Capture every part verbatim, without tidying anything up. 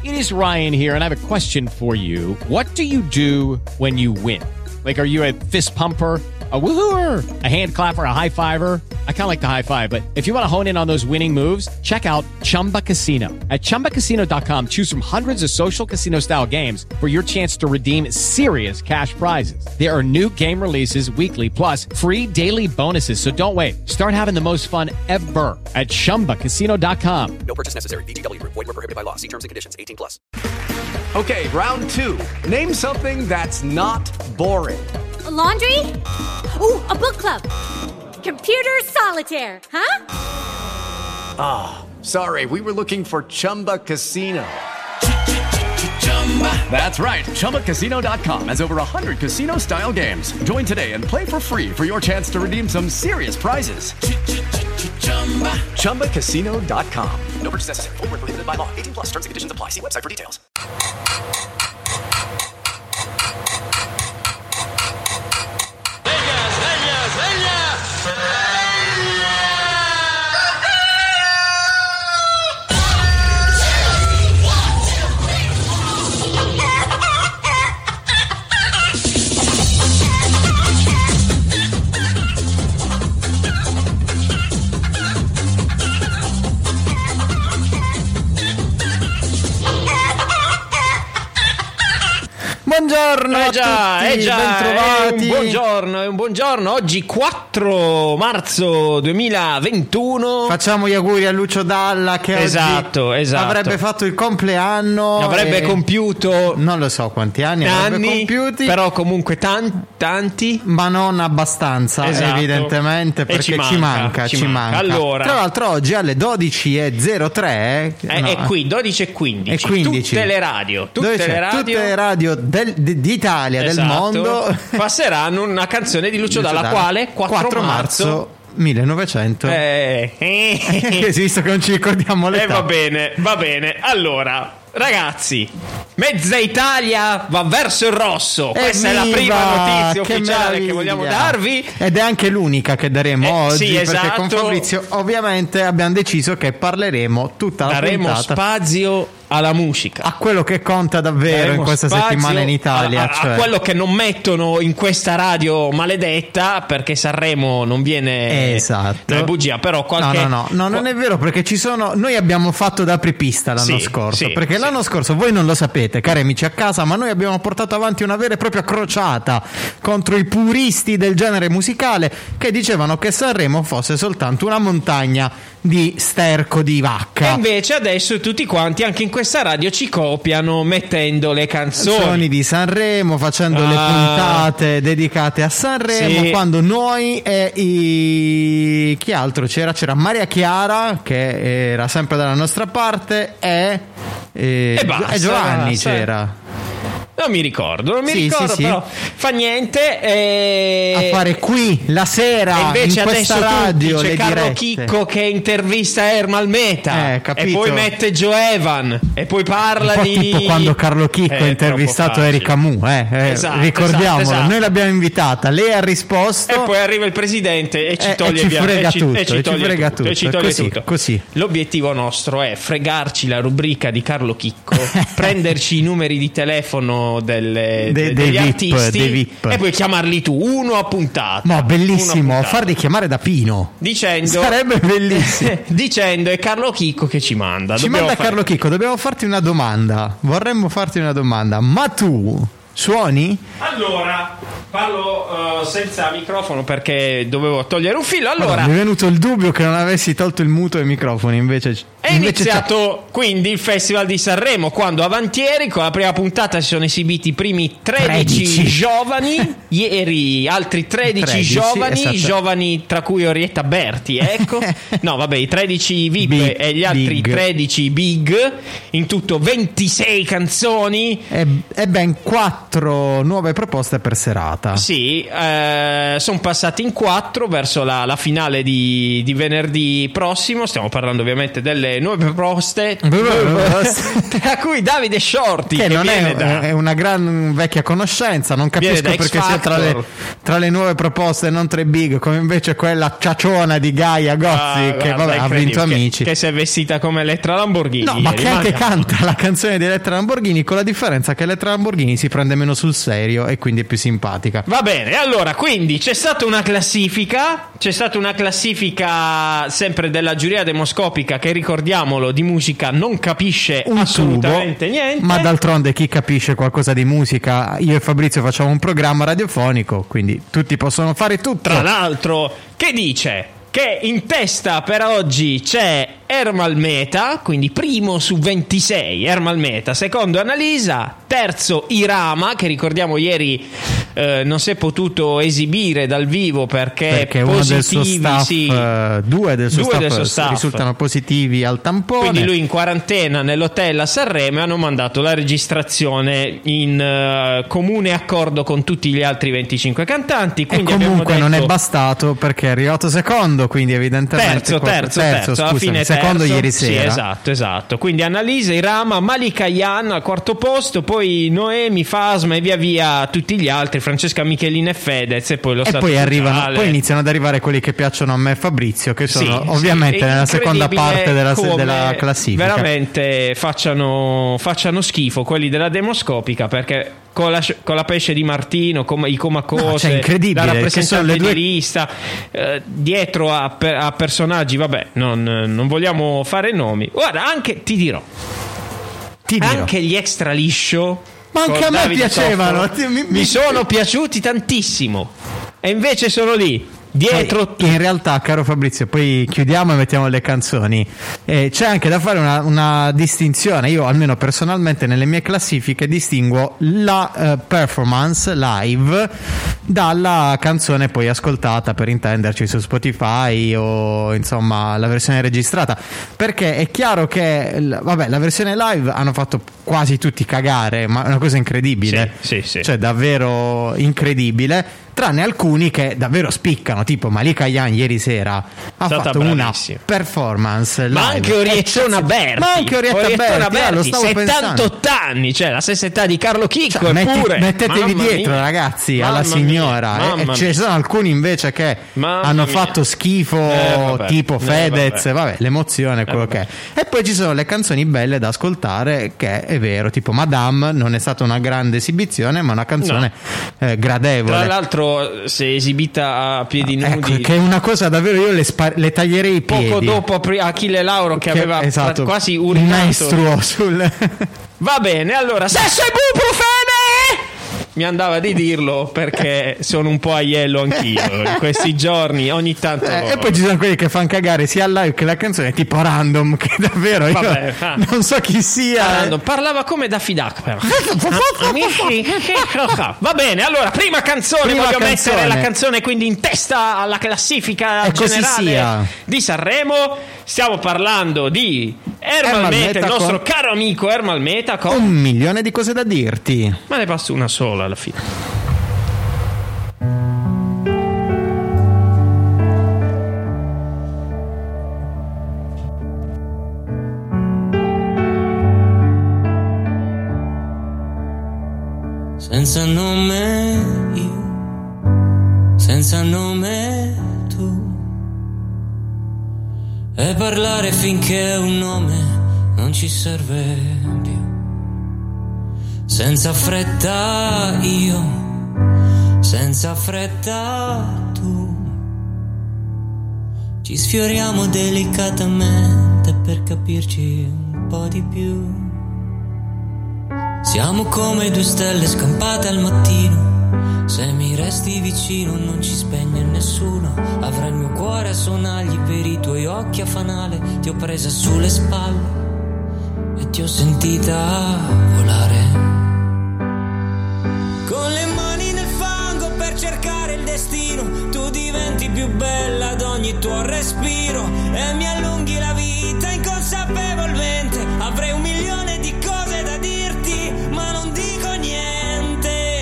It is Ryan here, and I have a question for you. What do you do when you win? Like, are you a fist pumper, a woohooer, a hand clapper, a high fiver? I kind of like the high five, but if you want to hone in on those winning moves, check out Chumba Casino. At chumba casino dot com, choose from hundreds of social casino style games for your chance to redeem serious cash prizes. There are new game releases weekly, plus free daily bonuses. So don't wait. Start having the most fun ever at chumba casino dot com. No purchase necessary. V G W Group. Void where prohibited by law. See terms and conditions. eighteen plus. Okay, round two. Name something that's not boring. A laundry? Ooh, a book club. Computer solitaire, huh? Ah, oh, sorry. We were looking for Chumba Casino. That's right. Chumba Casino dot com has over one hundred casino-style games. Join today and play for free for your chance to redeem some serious prizes. Chumba Casino dot com. No purchase necessary. Void where prohibited by law. eighteen plus. Terms and conditions apply. See website for details. Buongiorno eh già, a tutti, eh già, bentrovati. È un buongiorno, è un buongiorno. Oggi quattro marzo duemilaventuno. Facciamo gli auguri a Lucio Dalla che esatto, oggi esatto. avrebbe fatto il compleanno. Avrebbe e... compiuto non lo so quanti anni, anni avrebbe compiuti, però comunque tan- tanti, ma non abbastanza, esatto. Evidentemente, perché ci manca, ci manca, ci ci manca. manca. Allora, tra l'altro oggi alle dodici e zero tre è, no, è qui dodici e quindici, e quindici. Tutte le radio, tutte le radio, tutte le radio del, d'Italia, esatto, del mondo passeranno una canzone di Lucio, Lucio Dalla, Dalla, quale quattro marzo millenovecento. Eh, eh. Visto che non ci ricordiamo l'età. Eh, va bene, va bene. Allora, ragazzi, mezza Italia va verso il rosso. Questa Evviva, è la prima notizia che ufficiale meraviglia. che vogliamo darvi. Ed è anche l'unica che daremo eh, oggi, sì, perché esatto. con Fabrizio ovviamente abbiamo deciso che parleremo tutta la Daremo puntata spazio alla musica, a quello che conta davvero Daremo in questa settimana in Italia, a, a, cioè. a quello che non mettono in questa radio maledetta, perché Sanremo non viene, esatto, è bugia, però qualche... no, no, no, no, non è vero, perché ci sono, noi abbiamo fatto da apripista l'anno sì, scorso, sì, perché sì. l'anno scorso, voi non lo sapete, cari amici a casa, ma noi abbiamo portato avanti una vera e propria crociata contro i puristi del genere musicale che dicevano che Sanremo fosse soltanto una montagna di sterco di vacca. E invece adesso tutti quanti anche in questa radio ci copiano mettendo le canzoni, canzoni di Sanremo, facendo ah. le puntate dedicate a Sanremo, sì. Quando noi e i... chi altro c'era? C'era Maria Chiara che era sempre dalla nostra parte e, e... e, basta, e Giovanni basta. C'era. Non mi ricordo, non mi sì, ricordo, sì, però sì. fa niente. E... a fare qui la sera e invece in questa adesso radio c'è le Carlo dirette. Chicco che intervista Ermal Meta, eh, e poi mette Joe Evan e poi parla un po' di tipo quando Carlo Chicco ha intervistato Erika Mu, eh, eh, esatto, ricordiamolo, esatto, esatto. Noi l'abbiamo invitata, lei ha risposto e poi arriva il presidente e ci toglie e ci via frega e ci, tutto, e ci e toglie ci frega tutto, tutto, e ci toglie così, tutto. Così. L'obiettivo nostro è fregarci la rubrica di Carlo Chicco, prenderci i numeri di telefono delle De, degli dei artisti VIP, dei VIP. E poi chiamarli tu uno a puntata. Ma bellissimo, puntata. farli chiamare da Pino dicendo sarebbe bellissimo. Dicendo è Carlo Chicco che ci manda. Ci Dobbiamo manda fare... Carlo Chicco, dobbiamo farti una domanda. Vorremmo farti una domanda. Ma tu suoni? Allora, parlo uh, senza microfono perché dovevo togliere un filo. Allora, allora mi è venuto il dubbio che non avessi tolto il muto ai microfoni, invece è invece iniziato c'è. Quindi il Festival di Sanremo, quando avantieri con la prima puntata si sono esibiti i primi tredici, tredici. giovani, ieri altri tredici, tredici giovani, esatto. Giovani tra cui Orietta Berti, ecco. No, vabbè, i tredici V I P big, e gli altri big. tredici Big, in tutto ventisei canzoni e, e ben quattro quattro nuove proposte per serata. Sì, eh, sono passati in quattro verso la, la finale di, di venerdì prossimo. Stiamo parlando ovviamente delle nuove proposte tra cui Davide Shorty, che, che non è, da... è una gran vecchia conoscenza, non capisco perché sia tra le, tra le nuove proposte non tre big, come invece quella ciaciona di Gaia Gozzi, ah, che guarda, vabbè, ha vinto Amici, che, che si è vestita come Elettra Lamborghini. No, ma che anche canta la canzone di Elettra Lamborghini, con la differenza che Elettra Lamborghini si prende meno sul serio e quindi è più simpatica. Va bene, allora, quindi c'è stata una classifica, c'è stata una classifica sempre della giuria demoscopica che, ricordiamolo, di musica non capisce un assolutamente tubo, niente. Ma d'altronde chi capisce qualcosa di musica? Io e Fabrizio facciamo un programma radiofonico, quindi tutti possono fare tutto. Tra l'altro, che dice che in testa per oggi c'è Ermal Meta, quindi primo su ventisei Ermal Meta, secondo Annalisa, terzo Irama, che ricordiamo ieri eh, non si è potuto esibire dal vivo perché, perché positivi, uno del suo staff, sì, uh, due del suo, due staff, del suo staff risultano positivi al tampone, quindi lui in quarantena nell'hotel a Sanremo, e hanno mandato la registrazione in uh, comune accordo con tutti gli altri venticinque cantanti. Quindi e comunque detto... non è bastato perché è arrivato secondo, quindi evidentemente terzo, terzo, terzo, terzo alla fine secondo terzo. Ieri sera. Sì, esatto, esatto. Quindi Annalisa, Irama, Malika Yan al quarto posto, poi Noemi, Fasma e via via tutti gli altri, Francesca Michelin e Fedez, e poi lo e stato poi arrivano, sociale. Poi iniziano ad arrivare quelli che piacciono a me e Fabrizio, che sono sì, ovviamente sì, nella seconda parte della, della classifica. Veramente facciano, facciano schifo quelli della demoscopica, perché con la, con la pesce di Martino, com, i Comacose, no, cioè, incredibile, la rappresentante le due... di lista, eh, dietro a, a personaggi, vabbè, non, non vogliamo fare nomi. Guarda, anche ti dirò, ti dirò. anche gli extra liscio, ma anche a me Davide piacevano, Toffolo, mi, mi sono piaciuti tantissimo, e invece sono lì dietro. In realtà, caro Fabrizio, poi chiudiamo e mettiamo le canzoni. Eh, c'è anche da fare una, una distinzione. Io, almeno personalmente, nelle mie classifiche distinguo la uh, performance live dalla canzone poi ascoltata, per intenderci, su Spotify o insomma la versione registrata, perché è chiaro che vabbè, la versione live hanno fatto quasi tutti cagare, ma è una cosa incredibile, sì, sì, sì. Cioè davvero incredibile, tranne alcuni che davvero spiccano, tipo Malika Yan ieri sera ha fatto bravissima. una performance live. Ma anche Oriettona Berti, ma anche Orietta Berti, Berti ah, lo stavo settantotto anni, cioè la stessa età di Carlo Chicco, cioè, metti, eppure mettetevi mamma dietro mia. ragazzi mamma alla signora mia, e, e ce ne sono alcuni invece che mamma hanno mia. fatto schifo, eh, vabbè. tipo Fedez, eh, vabbè. vabbè l'emozione è quello eh, che è. E poi ci sono le canzoni belle da ascoltare, che è vero, tipo Madame non è stata una grande esibizione, ma una canzone no. eh, gradevole. Tra l'altro si è esibita a piedi nudi, ecco, che è una cosa davvero, io le, spar- le taglierei i piedi poco dopo Achille Lauro che, che aveva esatto, quasi urinato maestro sul va bene, allora sesso e ibuprofene, mi andava di dirlo perché sono un po' aiello anch'io in questi giorni, ogni tanto eh, e poi ci sono quelli che fanno cagare sia live che la canzone, tipo Random, che davvero io Vabbè, ah. non so chi sia. Random, parlava come Daffy Duck però. Va bene, allora prima canzone, prima voglio canzone. mettere la canzone quindi in testa alla classifica e generale di Sanremo. Stiamo parlando di Ermal Meta, il nostro con... caro amico Ermal Meta, con un milione di cose da dirti, ma ne passo una sola alla fine. Senza nome io, senza nome tu, e parlare finché un nome non ci serve più. Senza fretta io, senza fretta tu, ci sfioriamo delicatamente per capirci un po' di più. Siamo come due stelle scampate al mattino, se mi resti vicino non ci spegne nessuno. Avrai il mio cuore a sonagli per i tuoi occhi a fanale. Ti ho presa sulle spalle e ti ho sentita volare, con le mani nel fango per cercare il destino. Tu diventi più bella ad ogni tuo respiro e mi allunghi la vita inconsapevolmente. Avrei un milione di cose da dirti ma non dico niente.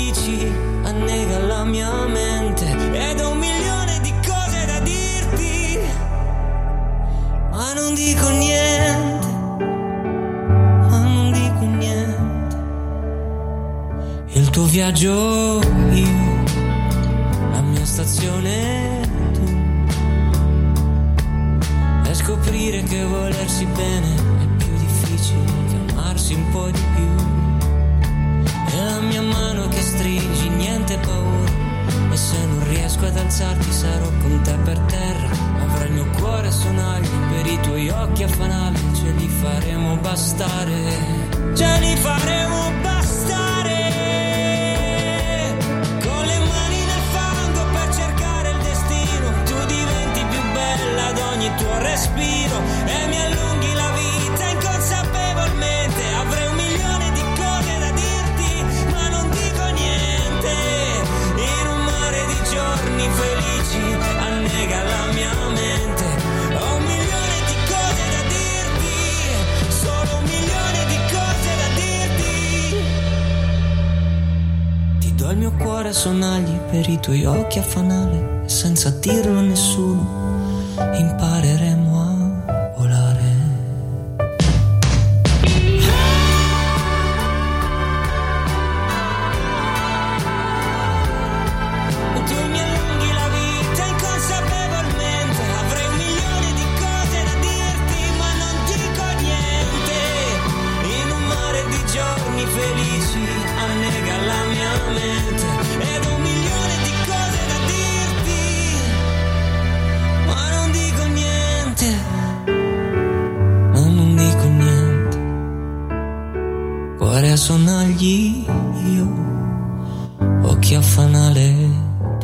felici, annega la mia mente ed ho un milione di cose da dirti, ma non dico niente, ma non dico niente. Il tuo viaggio io, la mia stazione tu, e scoprire che volersi bene è più difficile che amarsi un po' di più. E la mia mano che stringi, niente paura, e se non riesco ad alzarti sarò con te per terra. Avrai il mio cuore a sonagli, per i tuoi occhi a fanale, ce li faremo bastare, ce li faremo bastare. Con le mani nel fango per cercare il destino, tu diventi più bella ad ogni tuo respiro e mi allunghi la vita inconsapevolmente. Avrei un milione di cose da dirti, ma non dico niente. In un mare di giorni felici annega la mia mente. Ho un milione di cose da dirti, solo un milione di cose da dirti. Ti do il mio cuore a sonagli, per i tuoi occhi a fanale, e senza dirlo a nessuno impareremo a volare. Tu mi allunghi la vita inconsapevolmente, avrei un milione di cose da dirti, ma non dico niente. In un mare di giorni felici annega la mia mente ed ho un milione di cose da dirti, ma non dico niente, ma non dico niente. Cuore a sonagli io, occhi a fanale.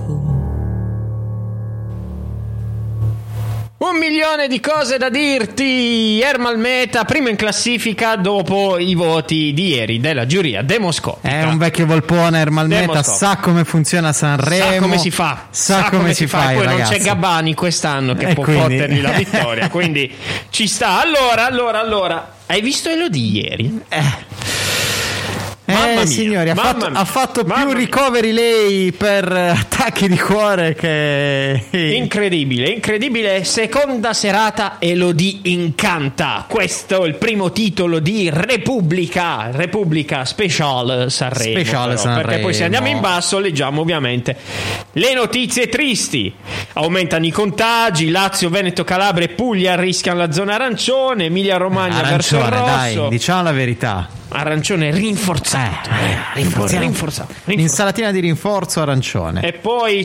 Un milione di cose da dirti. Ermal Meta, primo in classifica dopo i voti di ieri della giuria demoscopica. È un vecchio volpone. Ermal Meta sa come funziona Sanremo, sa come si fa, sa, sa come, come si fa. fa e poi ragazzi. Non c'è Gabbani quest'anno che e può quindi... fottergli la vittoria, quindi ci sta. Allora, allora, allora, hai visto Elodie ieri? Eh. Mamma Eh mia, signori, ha mamma fatto, mia, ha fatto più mamma ricoveri lei per attacchi di cuore che... Incredibile, incredibile. Seconda serata, Elodie incanta. Questo è il primo titolo di Repubblica Repubblica Special Sanremo, Special però, Sanremo. Perché poi se andiamo in basso leggiamo ovviamente le notizie tristi. Aumentano i contagi, Lazio, Veneto, Calabria e Puglia arrischiano la zona arancione, Emilia Romagna verso il rosso. Dai, diciamo la verità. Arancione rinforzato, eh, rinforzato. rinforzato, rinforzato. L'insalatina di rinforzo arancione. E poi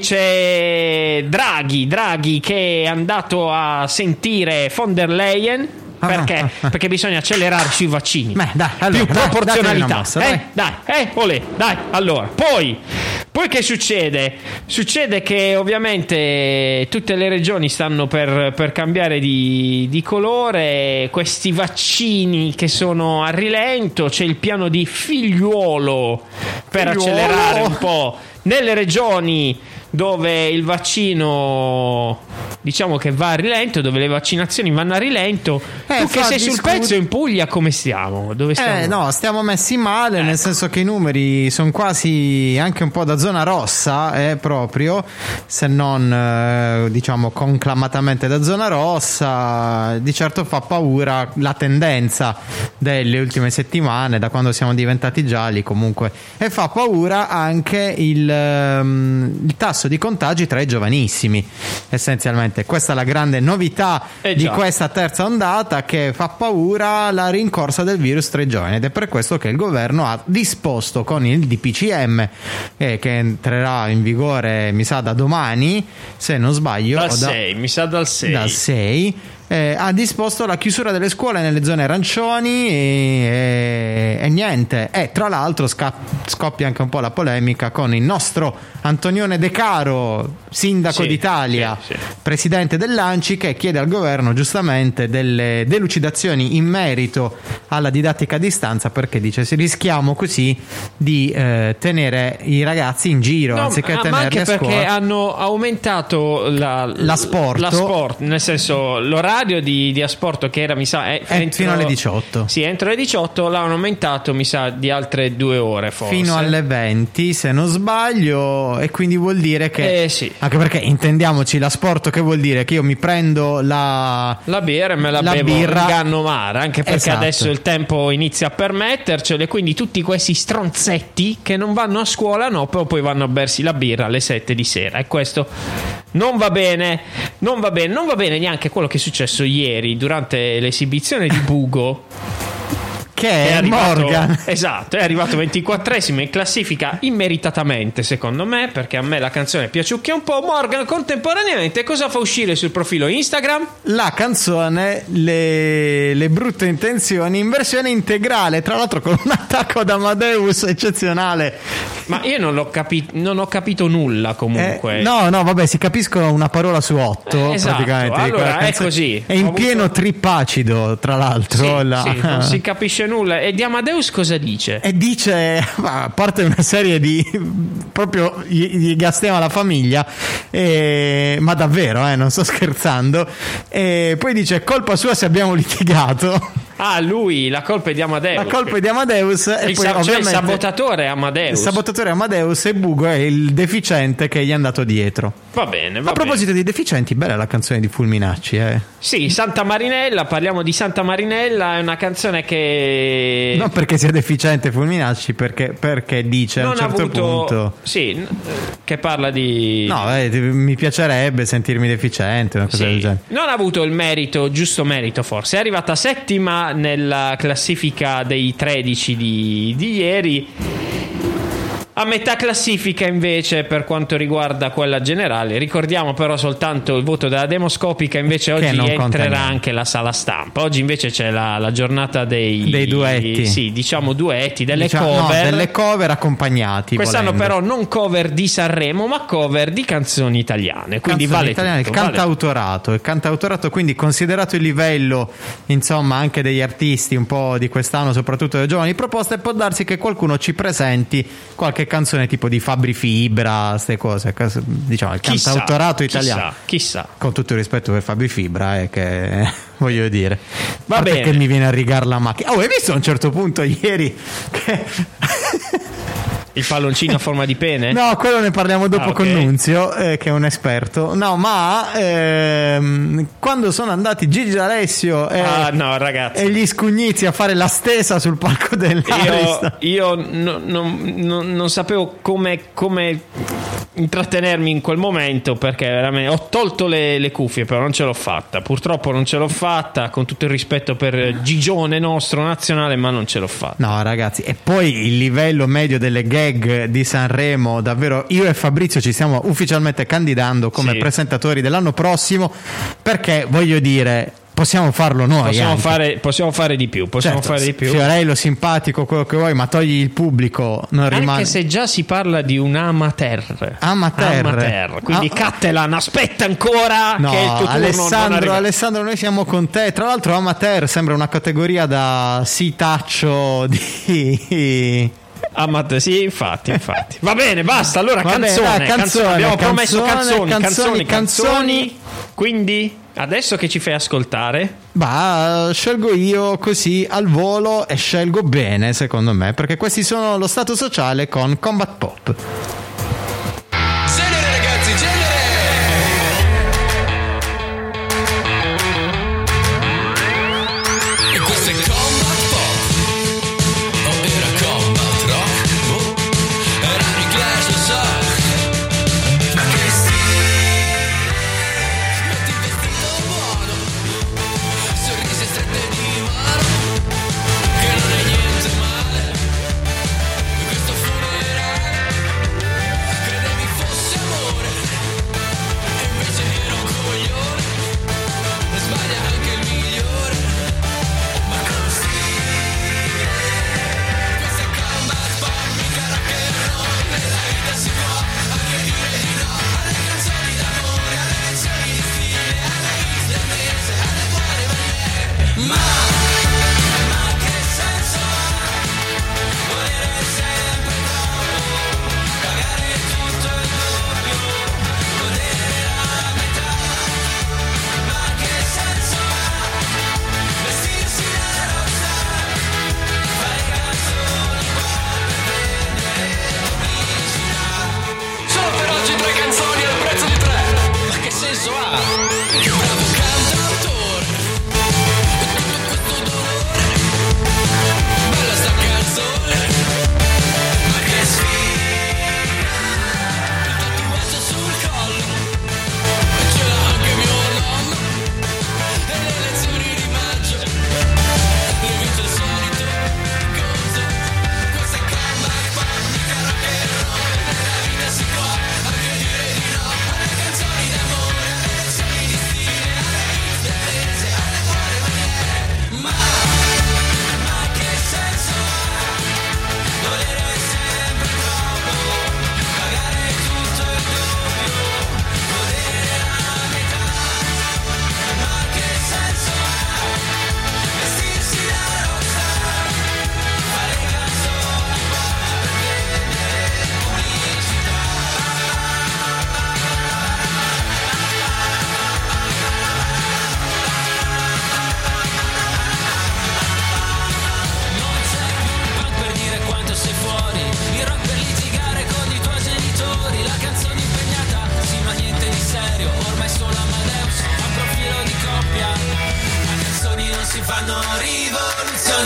c'è Draghi, Draghi che è andato a sentire von der Leyen. Perché? Ah, ah, ah. Perché bisogna accelerare sui vaccini. Beh, dai, allora, più dai, proporzionalità. mossa, eh? Dai, eh, olè, dai. Allora, poi, poi che succede? Succede che ovviamente tutte le regioni stanno per, per cambiare di, di colore. Questi vaccini che sono a rilento. C'è il piano di Figliuolo per Figliuolo. accelerare un po' nelle regioni dove il vaccino, diciamo che va a rilento, dove le vaccinazioni vanno a rilento. Eh, tu che sei discut- sul pezzo, in Puglia come stiamo? Dove stiamo? Eh no, stiamo messi male, ecco. Nel senso che i numeri sono quasi anche un po' da zona rossa, eh, proprio, se non eh, diciamo conclamatamente da zona rossa. Di certo fa paura la tendenza delle ultime settimane, da quando siamo diventati gialli comunque, e fa paura anche il, um, il tasso di contagi tra i giovanissimi. Essenzialmente questa è la grande novità eh di questa terza ondata, che fa paura la rincorsa del virus tra i giovani, ed è per questo che il governo ha disposto con il D P C M eh, che entrerà in vigore mi sa da domani, se non sbaglio, dal da, sei, mi sa dal sei dal sei Eh, ha disposto la chiusura delle scuole nelle zone arancioni e, e, e niente. E tra l'altro sca- scoppia anche un po' la polemica con il nostro Antonione De Caro, sindaco sì, d'Italia, sì, sì. presidente dell'A N C I, che chiede al governo giustamente delle delucidazioni in merito alla didattica a distanza, perché dice si rischiamo così di eh, tenere i ragazzi in giro no, anziché ma tenerli anche a scuola. Perché hanno aumentato la, la sport, la sport, nel senso l'orario l'orario di, di Asporto, che era, mi sa, è, è entro, fino alle diciotto. Sì, entro le diciotto l'hanno aumentato, mi sa, di altre due ore forse. Fino alle venti, se non sbaglio, e quindi vuol dire che... Eh sì. Anche perché, intendiamoci, l'Asporto che vuol dire? Che io mi prendo la... La birra e me la, la bevo birra. in ganno mare, anche perché Esatto. adesso il tempo inizia a permettercelo, e quindi tutti questi stronzetti che non vanno a scuola, no, però poi vanno a bersi la birra alle sette di sera, e questo non va bene, non va bene, non va bene neanche quello che è successo ieri durante l'esibizione di Bugo. Che È è arrivato, Morgan. esatto, è arrivato ventiquattresimo in classifica, immeritatamente secondo me, perché a me la canzone piaciucchia un po'. Morgan contemporaneamente cosa fa uscire sul profilo Instagram? La canzone le, le brutte intenzioni in versione integrale, tra l'altro con un attacco ad Amadeus eccezionale. Ma io non l'ho capito, non ho capito nulla comunque. Eh, no, no, vabbè, si capiscono una parola su otto, Eh, esatto. praticamente. di Allora, quella è canzone. così. È in Ho pieno avuto- trippacido, tra l'altro. Sì, la- sì, non si capisce nulla. E di Amadeus cosa dice? E dice, ma, a parte una serie di proprio gli, gli gastiamo la famiglia, e, ma davvero, eh, non sto scherzando. E poi dice: colpa sua se abbiamo litigato. Ah, lui, la colpa è di Amadeus. La colpa è di Amadeus. E il, poi, sa- cioè il ovviamente, sabotatore è Amadeus. il sabotatore è Amadeus e Bugo è il deficiente che gli è andato dietro. Va bene, va A proposito di deficienti, bella la canzone di Fulminacci, eh. bene. Sì, Santa Marinella, parliamo di Santa Marinella, è una canzone che Non perché sia deficiente Fulminacci, perché, perché dice a non un certo ha avuto punto. sì, n- che parla di No, eh, mi piacerebbe sentirmi deficiente, una cosa Sì. del genere. Non ha avuto il merito, giusto merito forse. È arrivata settima nella classifica dei tredici di, di ieri. A metà classifica invece per quanto riguarda quella generale, ricordiamo però soltanto il voto della demoscopica, invece oggi non conta entrerà niente. anche la sala stampa. Oggi invece c'è la, la giornata dei, Dei duetti. Sì, diciamo duetti, delle Diciamo- no, cover. delle cover accompagnati. Quest'anno volendo. però non cover di Sanremo, ma cover di canzoni italiane, quindi Canzoni vale italiane, tutto, il vale- cantautorato, il cantautorato, quindi considerato il livello, insomma, anche degli artisti un po' di quest'anno, soprattutto delle giovani proposte, può darsi che qualcuno ci presenti qualche canzone tipo di Fabri Fibra, queste cose, cas- diciamo il Chissà, cantautorato italiano. Chissà, chissà. Con tutto il rispetto per Fabri Fibra, eh, che voglio dire, Va a parte bene. che mi viene a rigar la macchina. Oh, hai visto a un certo punto ieri che Il palloncino a forma di pene? no, quello ne parliamo dopo Ah, ok. con Nunzio, eh, che è un esperto. No, ma ehm, quando sono andati Gigi D'Alessio e, Ah, no, ragazzi. e gli Scugnizi a fare la stesa sul palco Io, dell'Arista, io no- non- non- non sapevo come, come intrattenermi in quel momento, perché veramente ho tolto le, le cuffie, però non ce l'ho fatta. Purtroppo non ce l'ho fatta, con tutto il rispetto per Gigione nostro nazionale, ma non ce l'ho fatta. no ragazzi, e poi il livello medio delle gag di Sanremo, davvero, io e Fabrizio ci stiamo ufficialmente candidando come Sì. presentatori dell'anno prossimo, perché voglio dire, possiamo farlo noi, Possiamo anche. fare, possiamo fare di più, possiamo Certo, fare di più. Fiorello simpatico, quello che vuoi, ma togli il pubblico, non Anche rimane. se già si parla di un amateur. Amateur. Amateur. Quindi Ah. Cattelan aspetta ancora No, che il tuo turno non Alessandro, arriva. Alessandro, noi siamo con te. Tra l'altro, amateur sembra una categoria da sitaccio di. Amateur, sì, infatti, infatti. Va bene, basta. Allora, Va bene, canzone, dai, canzone, canzone. Abbiamo promesso canzone, canzoni, canzoni, canzoni, canzoni. Quindi, adesso che ci fai ascoltare? Bah, scelgo io così al volo e scelgo bene, secondo me, perché questi sono lo stato sociale con Combat Pop. Genere ragazzi, genere! E questo è Combat Pop. Oh, era Combat Rock. Oh, erano i Clash, lo so. Ma che sì. Metti il vestito buono. Sorrisi strette di mano. Che non è niente male. Questo funerale.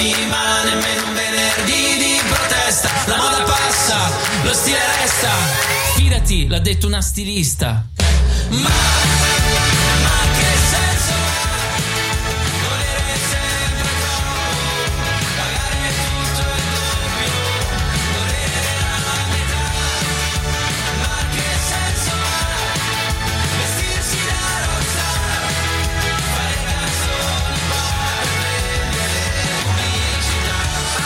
domani, ma nemmeno un venerdì di protesta. La moda passa, lo stile resta. Fidati, l'ha detto una stilista. Ma, ma che senso ha volere sempre troppo, pagare tutto il doppio, volere la metà. Ma che senso ha vestirsi da rockstar, fare canzoni pop e vendere pubblicità.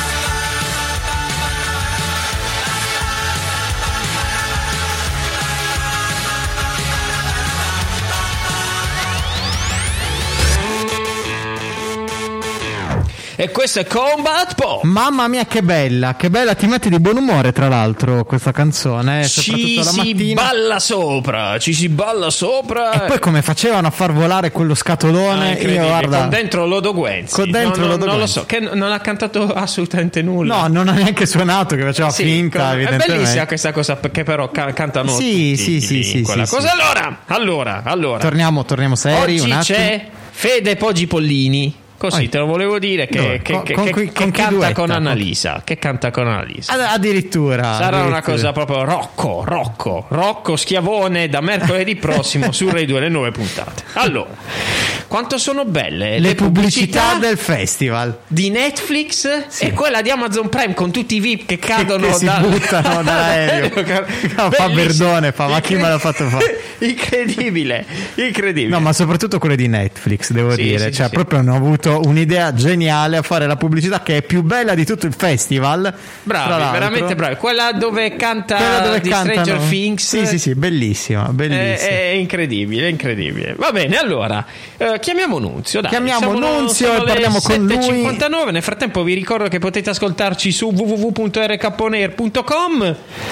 E questo è Combat Pop. Mamma mia, che bella, che bella, ti mette di buon umore, tra l'altro, questa canzone, eh, soprattutto Ci la si mattina. balla sopra, ci si balla sopra. E poi come facevano a far volare quello Ah, scatolone, io incredibile, guarda, con dentro Lodo Guenzi. Con dentro no, no, Lodo non lo Guenzi. so, che n- non ha cantato assolutamente nulla. no, non ha neanche suonato, che faceva Sì, finta, con- è evidentemente. bellissima questa cosa, perché però ca- cantano Sì, tutti sì, sì, lì, sì, quella sì, cosa. sì. Allora, allora, allora. Torniamo, torniamo seri, Oggi un attimo. c'è Fede Poggi Pollini. Così Oi. te lo volevo dire che, Dove? che, Con- che, con che- chi- che con chi canta duetta? con Con- Annalisa. Che canta con Annalisa. Ad- addirittura Sarà una addirittura. cosa proprio Rocco, Rocco, Rocco Schiavone da mercoledì prossimo su Rai due, le nuove puntate. Allora, quanto sono belle le pubblicità del festival di Netflix e quella di Amazon Prime con tutti i V I P che cadono che si da- buttano dall'aereo. No, fa Bellissimo. Verdone, fa, ma chi me l'ha fatto fare? Incredibile, incredibile. No, ma soprattutto quelle di Netflix, devo Sì, dire. sì, Cioè, sì. proprio hanno avuto un'idea geniale a fare la pubblicità che è più bella di tutto il festival. tra Bravi, l'altro. veramente bravi. Quella dove canta Quella dove di cantano. Stranger Things. Sì, sì, sì, bellissima, È, bellissima. è incredibile, è incredibile. Va bene, allora eh, chiamiamo Nunzio. Dai. Chiamiamo Siamo- Nunzio sono e le parliamo con lui. sette e cinquantanove. Nel frattempo vi ricordo che potete ascoltarci su w w w punto r k o n e r punto com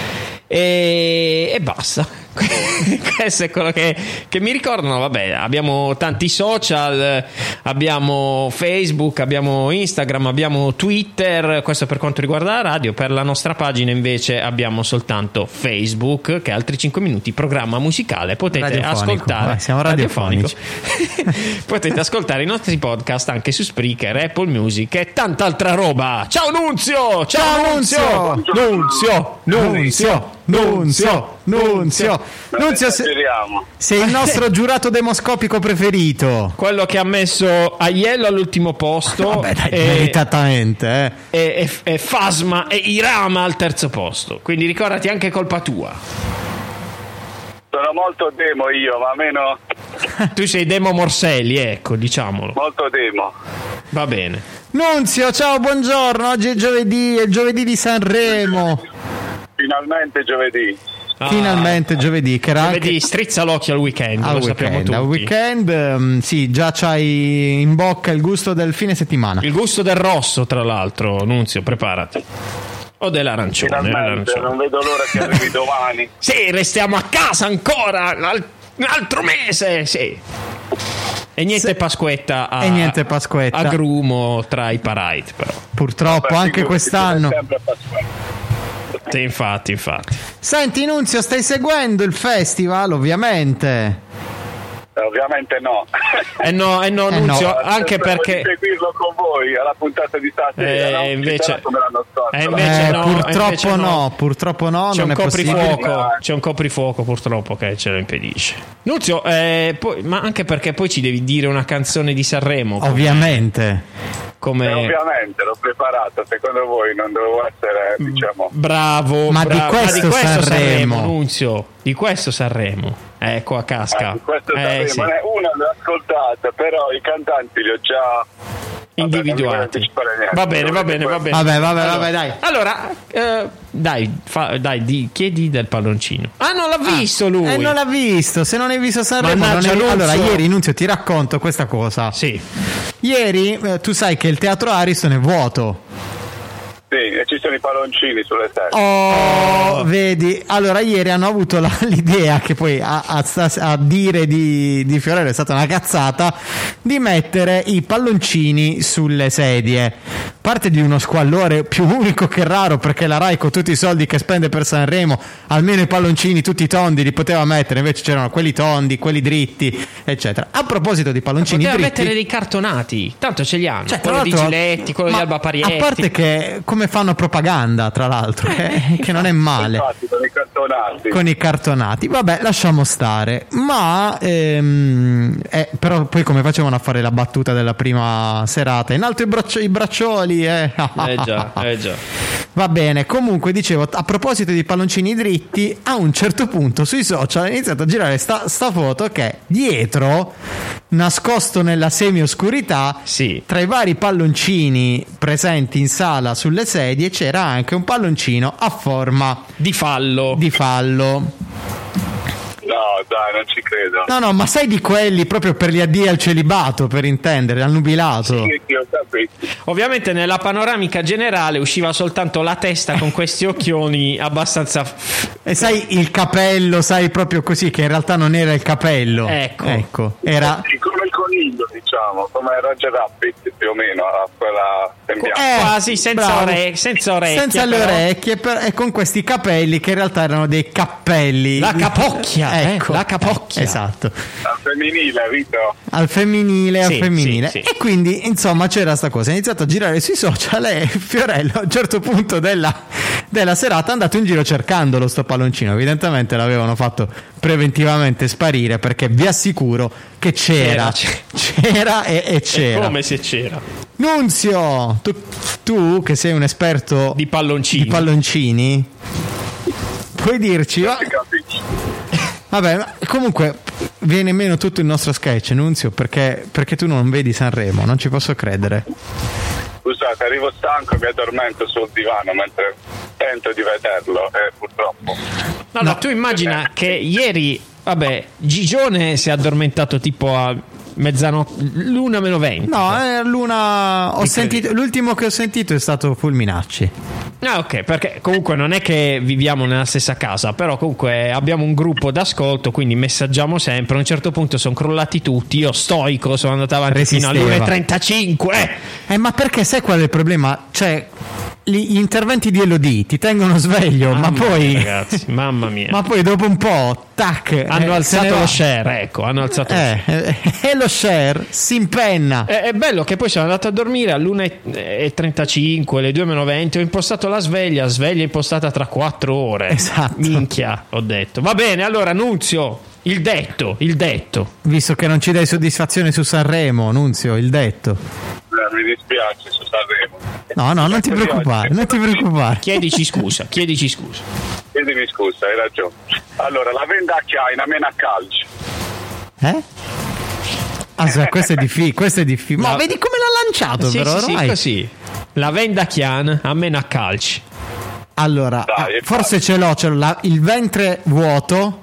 e, e basta. Questo è quello che, che mi ricordano. Vabbè, abbiamo tanti social, abbiamo Facebook, abbiamo Instagram, abbiamo Twitter. Questo per quanto riguarda la radio. Per la nostra pagina invece abbiamo soltanto Facebook, che altri cinque minuti, programma musicale. Potete Radiofonico. ascoltare. Vai, siamo radiofonici. Potete ascoltare i nostri podcast anche su Spreaker, Apple Music e tanta altra roba. Ciao Nunzio! Ciao, Ciao, Nunzio! Nunzio! Nunzio! Nunzio, Nunzio, Nunzio, Nunzio, se- sei il nostro giurato demoscopico preferito. Quello che ha messo Aiello all'ultimo posto. Vabbè, dai, e, meritatamente, eh. e, e, e Fasma e Irama al terzo posto. Quindi ricordati, anche colpa tua. Sono molto demo io, ma meno Tu sei Demo Morselli, ecco, diciamolo. molto demo. Va bene. Nunzio, ciao, buongiorno. Oggi è giovedì, è il giovedì di Sanremo. Finalmente giovedì. Ah, Finalmente giovedì, che era anche Vedi, strizza l'occhio al weekend, al lo sappiamo weekend. tutti. Al weekend, ehm, sì, già c'hai in bocca il gusto del fine settimana. Il gusto del rosso, tra l'altro, Nunzio, preparati. O dell'arancione. Finalmente, l'arancione. non vedo l'ora che arrivi domani. Sì, restiamo a casa ancora un altro mese, sì. E niente Pasquetta a, E niente Pasquetta. a grumo tra i parade, però. Purtroppo Vabbè, anche figurati, quest'anno. sono sempre appassionato. Sì, infatti, infatti. Senti Nunzio, stai seguendo il festival, ovviamente. Eh, Ovviamente no. E no, e no, Eh Nunzio, no. anche Spero perché... di seguirlo con voi alla puntata di stasera. Eh, no? Ci invece- sarà come l'anno scorso. eh, invece Eh, no, purtroppo invece no. no, purtroppo no, C'è non un è possibile. coprifuoco, c'è un coprifuoco purtroppo che ce lo impedisce. Nunzio, eh, poi, ma anche perché poi ci devi dire una canzone di Sanremo. come- Ovviamente. Come... Eh, ovviamente l'ho preparato. Secondo voi non dovevo essere, diciamo. Bravo, Ma di bravo. questo Sanremo. Sanremo, Nunzio, di questo Sanremo. Ecco, a casca. Eh, questo Eh, Sanremo, sì. eh, uno l'ho ascoltato, però i cantanti li ho già Individuati. Va bene, va bene, va bene. Vabbè, vabbè, Allora- vabbè, dai. Allora, eh, dai, fa- dai, di- chiedi del palloncino. Ah, non l'ha visto lui. Eh, non l'ha visto, se non hai visto Sanremo non Mannaggia, hai... Nunzio. Allora, ieri Nunzio ti racconto questa cosa. Sì. Ieri eh, tu sai che il teatro Ariston è vuoto. Sì, e ci sono i palloncini sulle sedie. Oh, vedi, allora ieri hanno avuto la, l'idea, che poi a, a, a dire di, di Fiorello è stata una cazzata, di mettere i palloncini sulle sedie. Parte di uno squallore più unico che raro, perché la Rai con tutti i soldi che spende per Sanremo almeno i palloncini tutti tondi li poteva mettere, invece c'erano quelli tondi, quelli dritti, eccetera. A proposito di palloncini poteva dritti, mettere dei cartonati, tanto ce li hanno, cioè, quello di Giletti, quello di Alba Parietti. A parte che come fanno propaganda, tra l'altro, che, che non è male. Infatti, con i cartonati. Con i cartonati, vabbè, lasciamo stare. Ma ehm, eh, però poi come facevano a fare la battuta della prima serata? In alto i, braccio- i braccioli, eh. Eh già, eh già. Va bene, comunque dicevo, a proposito di palloncini dritti, a un certo punto sui social è iniziato a girare sta, sta foto che dietro, nascosto nella semi-oscurità, sì, tra i vari palloncini presenti in sala sulle sedie c'era anche un palloncino a forma di fallo. Di fallo. No, dai, non ci credo. No, no, ma sai di quelli proprio per gli addii al celibato, per intendere, al nubilato. Sì, sì, ho capito. Ovviamente nella panoramica generale usciva soltanto la testa con questi occhioni abbastanza... E sai il capello, sai proprio così, che in realtà non era il capello. Ecco. Ecco, era... Sì, come il coniglio, diciamo, come Roger Rabbit, più o meno, a quella sembianza. Eh, quasi senza, bravo. ore- senza orecchie. Senza le però. orecchie per- e con questi capelli che in realtà erano dei cappelli. La capocchia, ecco. eh, la capocchia. Esatto. Al femminile, Vito. Al femminile, al Sì, femminile. sì, sì. E quindi, insomma, c'era sta cosa. È iniziato a girare sui social e Fiorello a un certo punto della, della serata è andato in giro cercandolo sto palloncino. Evidentemente l'avevano fatto preventivamente sparire, perché vi assicuro che c'era. C'era, C'era e, e c'era. È come se c'era. Nunzio, tu, tu che sei un esperto Di palloncini. di palloncini, puoi dirci? Va- Vabbè, ma comunque viene meno tutto il nostro sketch, Nunzio, perché, perché tu non vedi Sanremo, non ci posso credere. Scusate, arrivo stanco e mi addormento sul divano mentre tento di vederlo e purtroppo. No, no, tu immagina che ieri, vabbè, Gigione si è addormentato tipo a mezzanotte, l'una meno venti. No, è l'una. Ho sentito, l'ultimo che ho sentito è stato Fulminacci. Ah, ok, perché comunque non è che viviamo nella stessa casa, però comunque abbiamo un gruppo d'ascolto, quindi messaggiamo sempre. A un certo punto sono crollati tutti. Io stoico sono andato avanti Resisteva. fino alle l'una e trentacinque. Eh, ma perché sai qual è il problema? Cioè, gli interventi di Elodie ti tengono sveglio, Mamma ma poi. mia, ragazzi, mamma mia. Ma poi dopo un po', tac. Hanno eh, alzato se ne lo va. share, ecco, hanno alzato lo Eh, share. eh, e lo share si impenna. È, è bello che poi sono andato a dormire all'una e trentacinque, alle due meno venti. Ho impostato la sveglia, sveglia impostata tra quattro ore. Esatto. Minchia, ho detto. Va bene, allora, Nunzio, il detto, il detto. Visto che non ci dai soddisfazione su Sanremo, Nunzio, il detto. Eh, mi dispiace su Sanremo. No, no, non ti preoccupare, non ti preoccupare. Chiedici scusa, chiedici scusa. Chiedimi scusa, hai ragione. Allora, la vendacchia in amena calcio. Eh? Ah, questo è difficile, questo è difficile. Ma No. vedi come l'ha lanciato, Sì, però sì, sì, ormai. così. La Vendachian a meno a calci. Allora, Dai, eh, è forse ce l'ho, ce l'ho la- il ventre vuoto.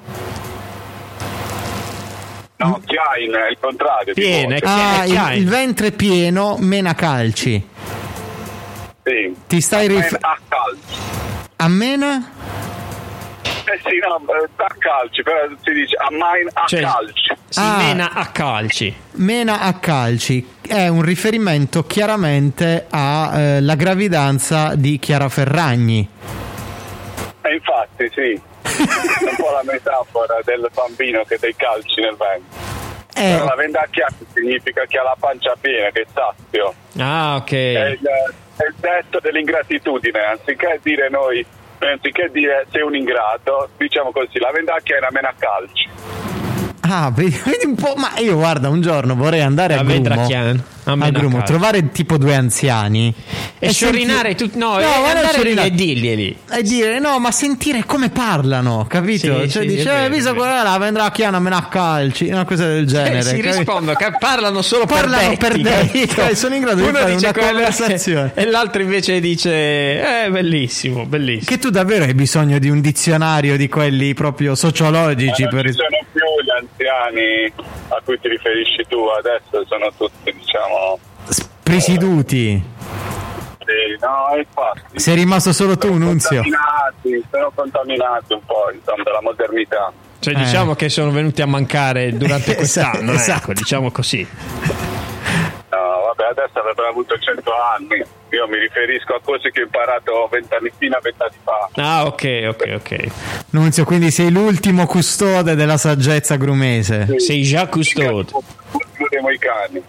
No, Chiain è il contrario. Piene, tipo, Ah, Chi è- il, chi è? il ventre pieno, mena calci. sì. Ti stai Amen rif- a calcio. a mena? Eh sì, no, eh, a calci, però si dice a mine a Cioè, calci. Si Ah. mena a calci. Mena a calci è un riferimento chiaramente alla gravidanza di Chiara Ferragni. E infatti, sì. È un po' la metafora del bambino che dei calci nel vento. Eh, Però la vendacchia significa che ha la pancia piena, che è sazio. Ah, ok. È il, è il detto dell'ingratitudine, anziché dire noi, anziché dire sei un ingrato, diciamo così, la vendacchia è una mena calci. ah, vedi, vedi un po'. Ma io guarda, un giorno vorrei andare La a Grumo, Vendachian, a a mena Grumo, calci. trovare tipo due anziani E sciorinare senti- tutti. No, No, e ma non andare lì sciorinare. e dirglieli. e dire no, ma sentire come parlano, capito? Sì, Cioè sì, dice è vero, eh, visto è vero. quella là vendrà chi hanno meno a calci, una cosa del genere. Eh, si capito? rispondono che parlano solo Parlano per per detti, detti, capito? sono in grado di Uno fare dice una quello conversazione. e l'altro invece dice eh bellissimo, bellissimo. Che tu davvero hai bisogno di un dizionario di quelli proprio sociologici Ma non per ci sono più gli anziani a cui ti riferisci tu, adesso sono tutti, diciamo, presiduti. sì, no, infatti. Sei rimasto solo tu, sono Nunzio. Contaminati, sono contaminati un po', insomma, dalla modernità. Cioè, Eh. diciamo che sono venuti a mancare durante quest'anno, Esatto. ecco, diciamo così. No, vabbè, adesso avrebbero avuto cento anni. Io mi riferisco a cose che ho imparato vent'anni fino a vent'anni fa. Ah, ok, ok, ok. Nunzio, quindi sei l'ultimo custode della saggezza grumese. Sei già custode. Chiudiamo i cani.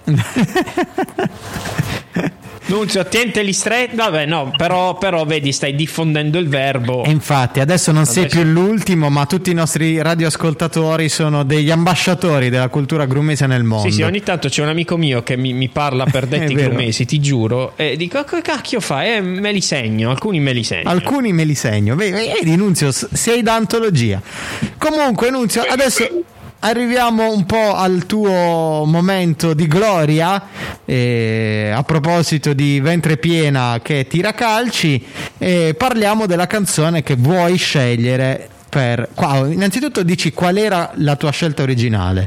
Nunzio, tienteli stretti. Vabbè, no, però, però vedi, stai diffondendo il verbo. E infatti, adesso non sei Adesso- più l'ultimo, ma tutti i nostri radioascoltatori sono degli ambasciatori della cultura grumese nel mondo. Sì, sì, ogni tanto c'è un amico mio che mi, mi parla per detti È vero. grumesi, ti giuro, e dico, che cacchio fai? Eh, me li segno, alcuni me li segno. Alcuni me li segno. Vedi, vedi, Nunzio, s- sei da antologia. Comunque, Nunzio, adesso arriviamo un po' al tuo momento di gloria. eh, a proposito di ventre piena che tira calci, eh, parliamo della canzone che vuoi scegliere per... Qua, innanzitutto dici qual era la tua scelta originale.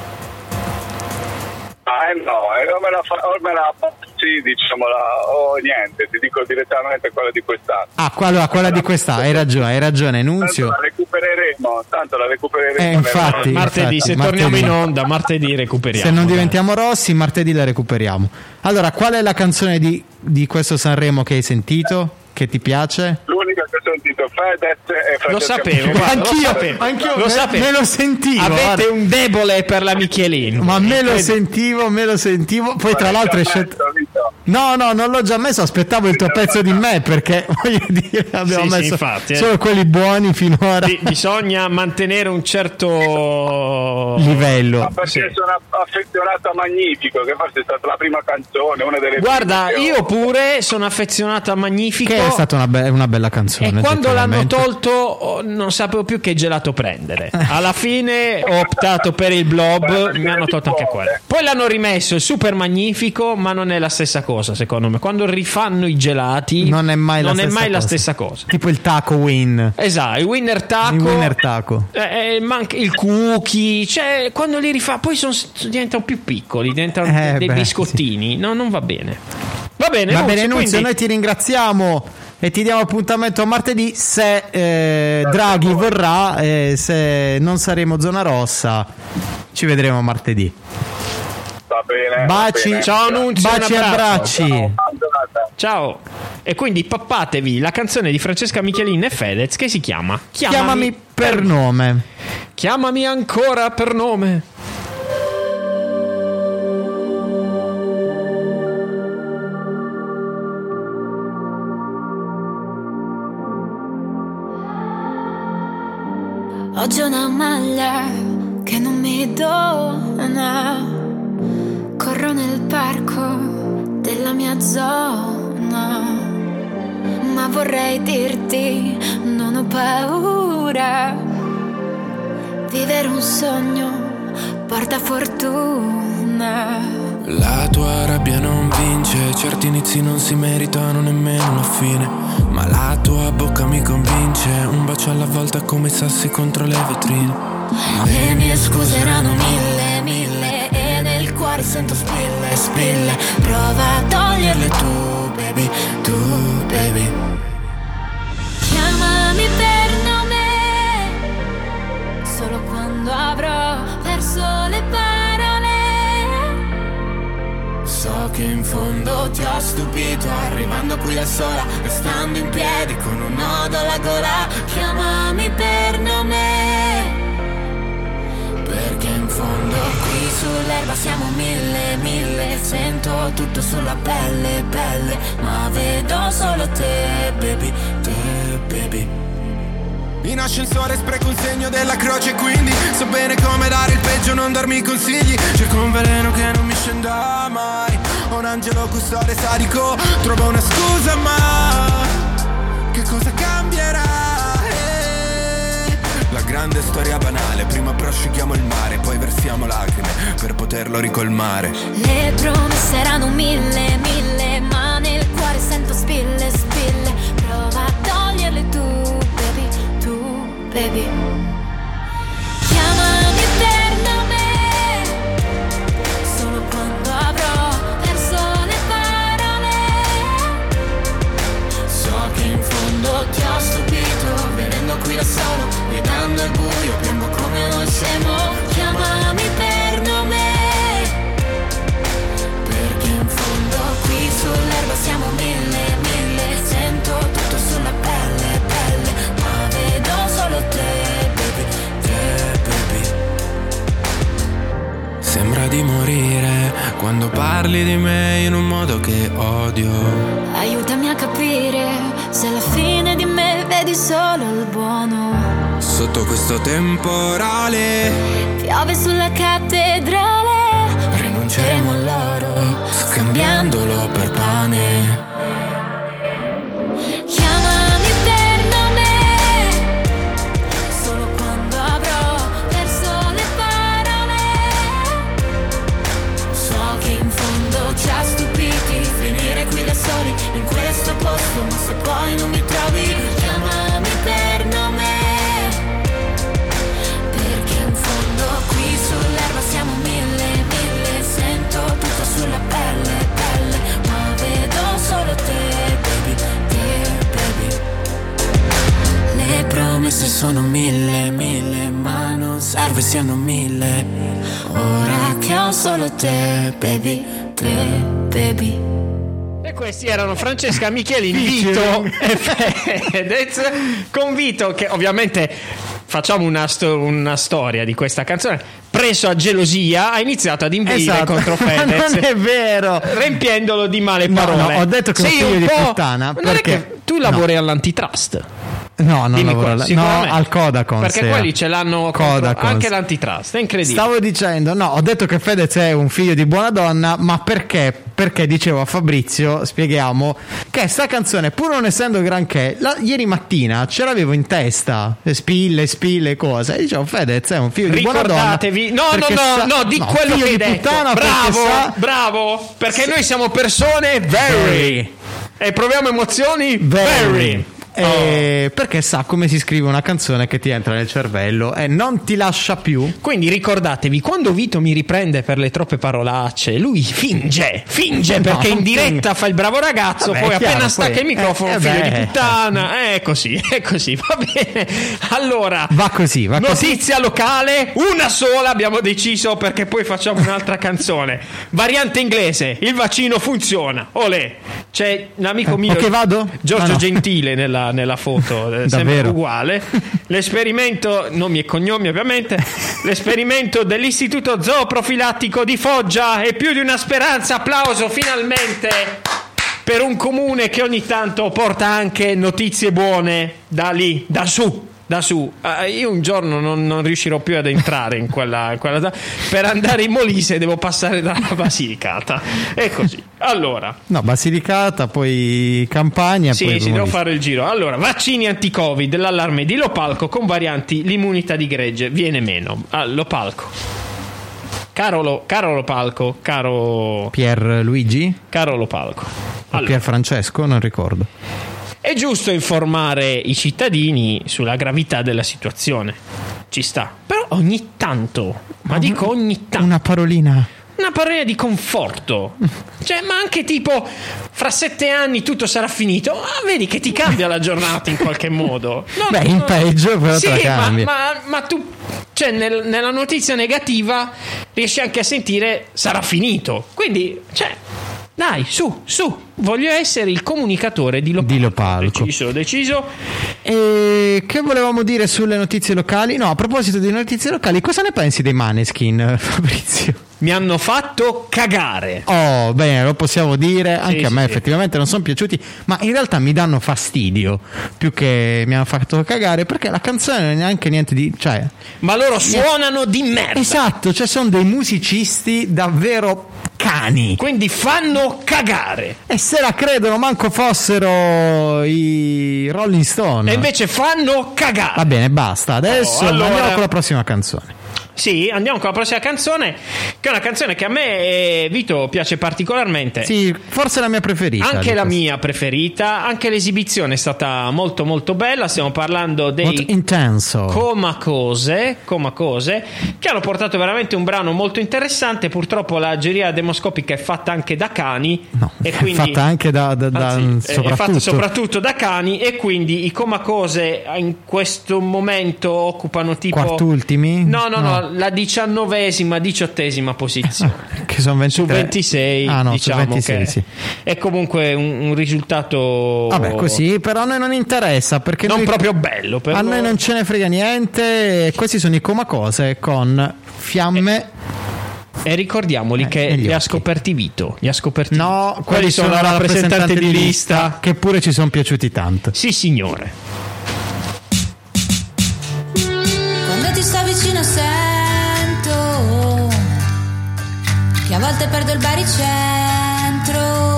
Ah, eh no, eh, o me la fa, o me la sì, diciamola, o niente, ti dico direttamente quella di quest'anno. Ah, quella, quella di questa, hai ragione, hai ragione, Tanto Nunzio. la recupereremo, tanto la recupereremo. Eh, infatti, martedì, infatti, se torniamo martedì. in onda, martedì recuperiamo. Se non dai. diventiamo rossi, martedì la recuperiamo. Allora, qual è la canzone di, di questo Sanremo che hai sentito? Che ti piace? L'unica che ho sentito Fedez e Francesca Lo sapevo, Micheli. guarda, Anch'io, lo sapevo. anch'io Lo me, sapevo. me lo sentivo. Avete guarda. un debole per la Michelin. Ma me lo Credi- sentivo, me lo sentivo. Poi tra Ma l'altro hai già scelto... messo, Vito. No, no, non l'ho già messo, aspettavo il tuo pezzo di me perché voglio dire, abbiamo Sì, sì, messo infatti, eh. solo quelli buoni finora. Bi- bisogna mantenere un certo Livello. Ma perché Sì. sono affezionato a Magnifico, che forse è stata la prima canzone, una delle Guarda, prime che io ho- pure sono affezionato a Magnifico. Che è stata una, be- una bella E canzone. quando l'hanno oggettivamente. tolto oh, non sapevo più che gelato prendere. Alla fine ho optato per il blob, mi hanno tolto anche quello. Poi l'hanno rimesso il super magnifico, ma non è la stessa cosa secondo me. Quando rifanno i gelati Non è mai, la, non è stessa mai la cosa. stessa cosa. Tipo il taco win. Esatto, il winner taco, Il winner taco. eh, eh, manca il cookie, cioè quando li rifà poi son- diventano più piccoli, diventano Eh, dei beh, biscottini. No, non va bene. Va bene, Va Nunzio, bene, Nunzio, quindi- noi ti ringraziamo e ti diamo appuntamento a martedì se eh, Draghi vorrà, e se non saremo zona rossa ci vedremo martedì. Va bene. Baci, va bene. Ciao Nunzio, baci un e abbraccio. abbracci. Buona giornata. Ciao. E quindi pappatevi la canzone di Francesca Michelin e Fedez che si chiama Chiamami per nome. Chiamami ancora per nome. Oggi ho una maglia che non mi dona. Corro nel parco della mia zona. Ma vorrei dirti, non ho paura. Vivere un sogno porta fortuna. La tua rabbia non vince, certi inizi non si meritano nemmeno una fine. Ma la tua bocca mi convince, un bacio alla volta come i sassi contro le vetrine. Le mie scuse erano mille, mille, e nel cuore sento spille, spille. Prova a toglierle tu, baby, tu, baby. Chiamami per nome, solo quando avrò perso le parole. So che in fondo ti ho stupito, arrivando qui da sola, restando in piedi con un nodo alla gola. Chiamami per nome, Perché in fondo qui sull'erba siamo mille, mille. Sento tutto sulla pelle, pelle, ma vedo solo te, baby, te, baby. in ascensore spreco un segno della croce, quindi so bene come dare il peggio, non darmi consigli. Cerco un veleno che non mi scenda mai, un angelo custode sadico, trovo una scusa, ma che cosa cambierà? Eh, La grande storia banale, prima prosciughiamo il mare, poi versiamo lacrime per poterlo ricolmare. Le promesse erano mille, mille, ma nel cuore sento spille, spille. Prova a toglierle tu, baby, tu, baby. Chiamami per nome, solo quando avrò perso le parole. quando è buio piango come uno scemo. Chiamami per nome, perché in fondo qui sull'erba siamo mille, mille. Sento tutto sulla pelle, pelle, ma vedo solo te, baby, te, baby. Sembra di morire quando parli di me in un modo che odio. Aiutami a capire se alla fine di me vedi solo il buono. Sotto questo temporale Piove sulla cattedrale, rinunceremo all'oro scambiandolo per pane. Chiamami per nome, solo quando avrò perso le parole. So che in fondo ci ha stupiti finire qui da soli in questo posto, ma se poi non mi trovi, chiamami per nome, perché in fondo qui sull'erba siamo mille, mille. Sento tutto sulla pelle, pelle, ma vedo solo te, baby, te, baby. Le promesse sono mille, mille, ma non serve siano mille. Ora che ho solo te, baby, te, baby. E questi erano Francesca Michelin, Vito e Fedez, con Vito che ovviamente, facciamo una, sto- una storia di questa canzone, preso a gelosia ha iniziato ad inveire Esatto. contro Fedez. Non è vero, riempiendolo di male no, parole. no, ho detto che è un Sei figlio di po'... puttana non perché è che tu lavori no. all'antitrust. No, non Dimmi lavoro qua, là. No, sicuramente. al Codacons. Perché era. quelli ce l'hanno contro Codacons. anche l'antitrust, è incredibile. Stavo dicendo, no, ho detto che Fedez è un figlio di buona donna, ma perché? Perché dicevo a Fabrizio, spieghiamo, che sta canzone, pur non essendo granché, la, ieri mattina ce l'avevo in testa, le spille, spille, cose, e dicevo Fedez è un figlio di buona donna. Ricordatevi, no, no, perché no, sa- no, di no, quello figlio che hai di detto. puttana perché Bravo, sa- bravo, perché Sì. noi siamo persone very. E proviamo emozioni very. Very. Eh, perché sa come si scrive una canzone che ti entra nel cervello e non ti lascia più. Quindi ricordatevi, quando Vito mi riprende per le troppe parolacce, lui finge, finge No, perché in non diretta finge. fa il bravo ragazzo, Vabbè, poi è chiaro, appena stacca poi- il microfono, eh, eh, figlio beh, di puttana, è così, è così, va bene. Allora, Va così, va così. notizia locale, una sola abbiamo deciso perché poi facciamo un'altra canzone. Variante inglese, il vaccino funziona, olè. C'è un amico Eh, mio, ok, vado? Giorgio Ah, no. Gentile nella, nella foto, eh, sembra Davvero? uguale. L'esperimento, nomi e cognomi ovviamente, l'esperimento dell'Istituto Zooprofilattico di Foggia è più di una speranza. Applauso finalmente per un comune che ogni tanto porta anche notizie buone da lì, da su. Da su, uh, io un giorno non, non riuscirò più ad entrare in quella, in quella. Per andare in Molise devo passare dalla Basilicata. È così. Allora, No, Basilicata, poi Campania, sì, poi sì, devo Molise. fare il giro. Allora, vaccini anti-Covid, l'allarme di Lopalco con varianti, l'immunità di gregge viene meno. Ah, Lopalco. Caro, Lo, caro Lopalco, caro, Pier Luigi? caro Lopalco. O Allora, Pier Francesco? Non ricordo. è giusto informare i cittadini sulla gravità della situazione. Ci sta. Però ogni tanto, ma dico ogni tanto, Una parolina. una parola di conforto. Cioè, ma anche tipo, fra sette anni tutto sarà finito. Ah, vedi che ti cambia la giornata in qualche modo. No, Beh, no, in no. peggio però Sì, te la ma, cambi. ma, ma tu, cioè, nel- nella notizia negativa riesci anche a sentire sarà finito. Quindi, cioè, dai, su, su. Voglio essere il comunicatore di Lopalco. Di Lopalco. Deciso, deciso. E che volevamo dire sulle notizie locali? No, a proposito di notizie locali, cosa ne pensi dei Maneskin, Fabrizio? Mi hanno fatto cagare. Oh, bene, lo possiamo dire. Anche Sì, a me sì, sì. effettivamente non sono piaciuti, ma in realtà mi danno fastidio più che mi hanno fatto cagare, perché la canzone non è neanche niente di, cioè, Ma loro suonano di merda. esatto, cioè sono dei musicisti davvero cani. Quindi fanno cagare. E se la credono manco fossero i Rolling Stone. E invece fanno cagare. Va bene, basta. Adesso Oh, allora- andiamo con la prossima canzone. Sì, andiamo con la prossima canzone, che è una canzone che a me, Vito, piace particolarmente. Sì, forse la mia preferita. Anche la mia preferita, anche l'esibizione è stata molto molto bella. Stiamo parlando dei molto intenso Comacose, Comacose, che hanno portato veramente un brano molto interessante. Purtroppo la giuria demoscopica è fatta anche da cani, no, e è quindi, fatta anche da, da, da anzi, soprattutto. è fatta soprattutto da cani, e quindi i Comacose in questo momento occupano tipo quartultimi? No, no, no, no, la diciannovesima, diciottesima posizione. Che sono ventitré. Su ventisei, ah, no, diciamo su ventisei, che sì. È comunque un, un risultato. Vabbè, così, però a noi non interessa perché non noi, proprio bello. Per a noi non ce ne frega niente. Questi sono i Comacose con Fiamme. E, e ricordiamoli eh, che li ha scoperti Vito. Li ha scoperti. No, Vito. quelli sono la rappresentante di lista, che pure ci sono piaciuti tanto. Sì, signore. Quando ti sto vicino sento che a volte perdo il baricentro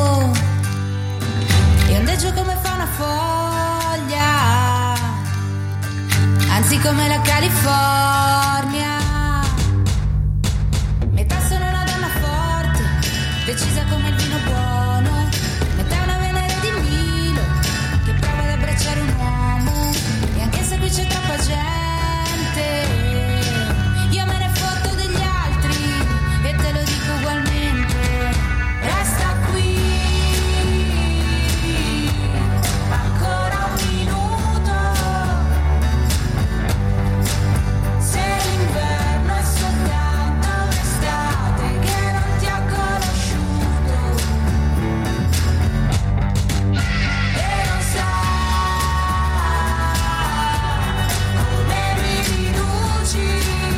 e ondeggio come fa una foglia, anzi come la California. Metà sono una donna forte, decisa come il vino buono, metà una Venere di Milo che prova ad abbracciare un uomo, e anche se qui c'è troppa gente io me ne fotto degli altri e te lo dico ugualmente. Resta qui ancora un minuto, se l'inverno è soltanto un'estate che non ti ha conosciuto e non sai come mi riduci.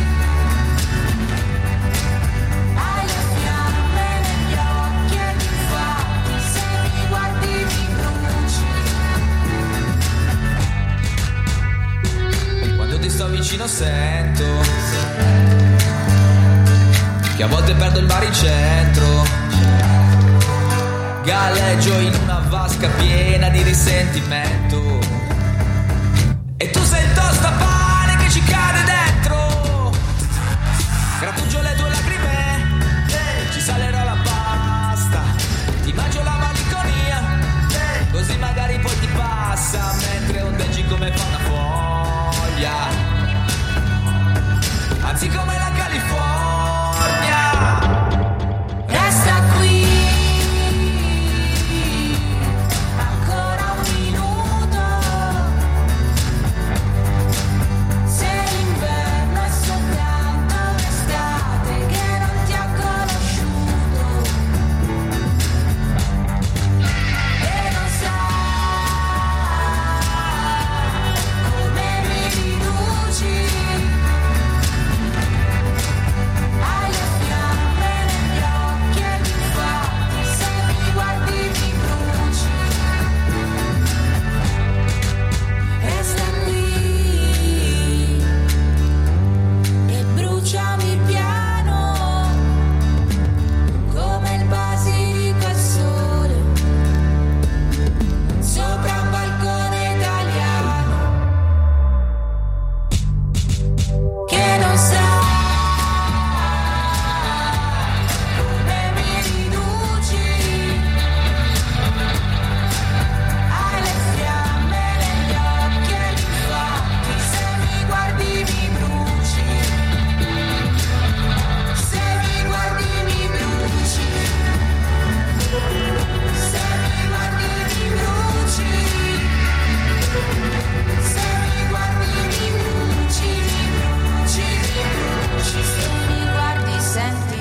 Hai le fiamme negli occhi e infatti se mi guardi mi bruci. Quando ti sto vicino sento che a volte perdo il baricentro, galleggio in una vasca piena di risentimento e tu sei il tostapane che ci cade dentro. Grattugio le tue lacrime, ci salerò la pasta, ti mangio la malinconia, così magari poi ti passa, mentre ondeggi come fa una foglia, anzi come la California. Resta qui ancora un minuto, se l'inverno è soltanto un'estate che non ti ha conosciuto e non sai come mi riduci. Hai le fiamme negli occhi e infatti se mi guardi mi bruci. Resta qui e bruciami piano come il basilico al sole sopra un balcone italiano che non sa come mi riduci. Hai le fiamme negli occhi e infatti se mi guardi mi bruci. Se mi guardi mi bruci. Se mi guardi mi bruci. Se mi guardi mi bruci, mi bruci, mi bruci. Se mi guardi senti.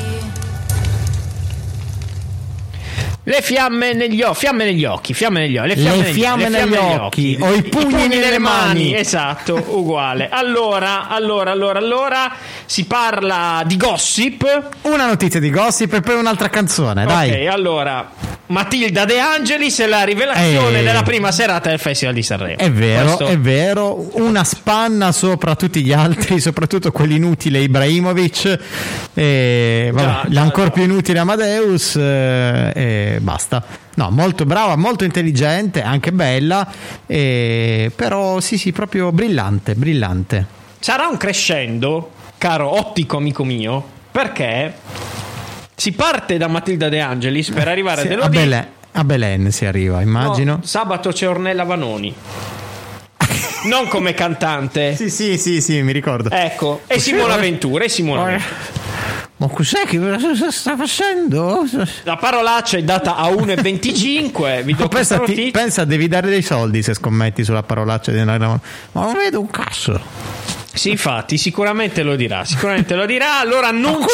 Le fiamme negli occhi, fiamme negli occhi, fiamme negli occhi, le fiamme, Le negli, fiamme le negli occhi, o i pugni nelle mani. Esatto, uguale. Allora, allora, allora, allora si parla di gossip. Una notizia di gossip e poi un'altra canzone, dai. Ok, allora Matilda De Angelis è la rivelazione Eh. della prima serata del Festival di Sanremo. È vero, Questo- è vero, una spanna sopra tutti gli altri, soprattutto quell'inutile Ibrahimovic, e vabbè, Già, l'ancor più inutile Amadeus, eh, e basta. No, molto brava, molto intelligente, anche bella, e- però sì sì, proprio brillante, brillante. Sarà un crescendo caro ottico amico mio, perché si parte da Matilda De Angelis per arrivare sì, a a, Belen, a Belen si arriva, immagino. No, sabato c'è Ornella Vanoni. Non come cantante. Sì, sì, sì, sì, mi ricordo. Ecco, e Simona Ventura, e Simona Ventura. Ma cos'è che sta facendo? La parolaccia è data a uno e venticinque. Vi do pensa, ti, pensa, devi dare dei soldi se scommetti sulla parolaccia di una... Ma non vedo un cazzo. Sì, infatti, sicuramente lo dirà. Sicuramente lo dirà. Allora annuncio.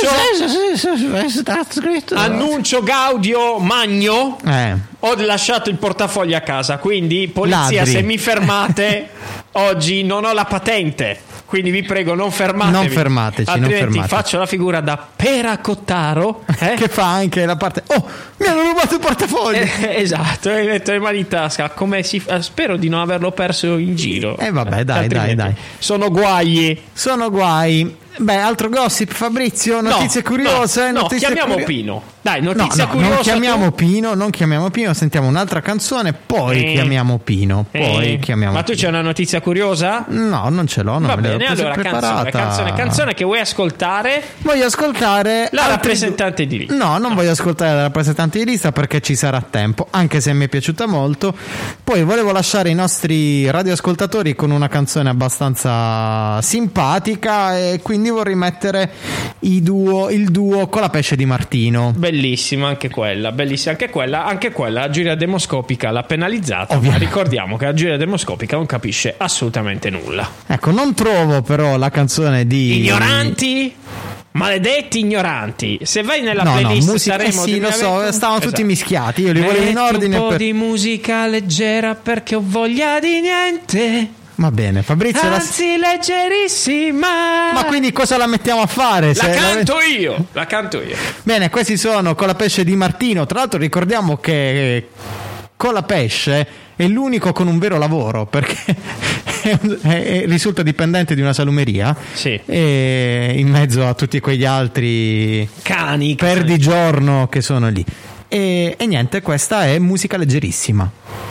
Annuncio Gaudio Magno. Eh. Ho lasciato il portafoglio a casa. Quindi, polizia, Ladri. se mi fermate, oggi non ho la patente. Quindi vi prego, non fermatevi. Non fermateci, altrimenti non fermateci. faccio la figura da Pera Cottaro, eh? Che fa anche la parte. Oh, mi hanno rubato il portafoglio. Eh, esatto, mi metto le mani in tasca. Come si fa? Spero di non averlo perso in giro. E eh, vabbè, dai, altrimenti dai, dai. Sono guai. Sono guai. Beh, altro gossip, Fabrizio, notizie no, curiose. No, notizie no chiamiamo curio- Pino. Dai, notizia no, no, curiosa. Non chiamiamo tu? Pino, non chiamiamo Pino, sentiamo un'altra canzone, poi Eh. chiamiamo Pino. Poi Eh. chiamiamo Ma tu Pino. c'è una notizia curiosa? No, non ce l'ho, non Va me l'ero bene, presa allora preparata. canzone, canzone, canzone che vuoi ascoltare? Voglio ascoltare La altri rappresentante di lista. No, non voglio ascoltare la rappresentante di lista perché ci sarà tempo, anche se mi è piaciuta molto. Poi volevo lasciare i nostri radioascoltatori con una canzone abbastanza simpatica e quindi vorrei mettere i duo, il duo Colapesce di Martino. Bellissima anche quella, bellissima anche quella, anche quella la giuria demoscopica l'ha penalizzata, Ovvio. ma ricordiamo che la giuria demoscopica non capisce assolutamente nulla. Ecco, non trovo però la canzone di Ignoranti? Maledetti ignoranti. Se vai nella No, no, playlist musica- saremo eh sì, lo so, stavano tutti mischiati, io li volevo in ordine un po' per- di musica leggera perché ho voglia di niente. Va bene, Fabrizio la- Anzi, leggerissima. Ma quindi cosa la mettiamo a fare? La Se canto io, la canto io. Bene, questi sono Colapesce di Martino. Tra l'altro ricordiamo che Colapesce è l'unico con un vero lavoro perché è, è- risulta dipendente di una salumeria. Sì. E in mezzo a tutti quegli altri Cani. perdigiorno che sono lì. E, e niente, questa è musica leggerissima.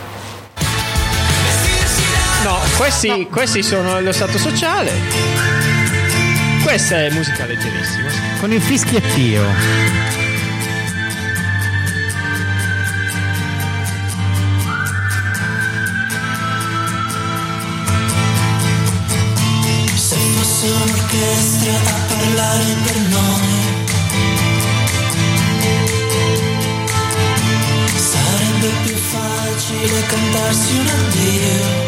No, questi, questi sono lo stato sociale. Questa è musica leggerissima. Con il fischiettio. Se fosse un'orchestra a parlare per noi, sarebbe più facile cantarsi un addio.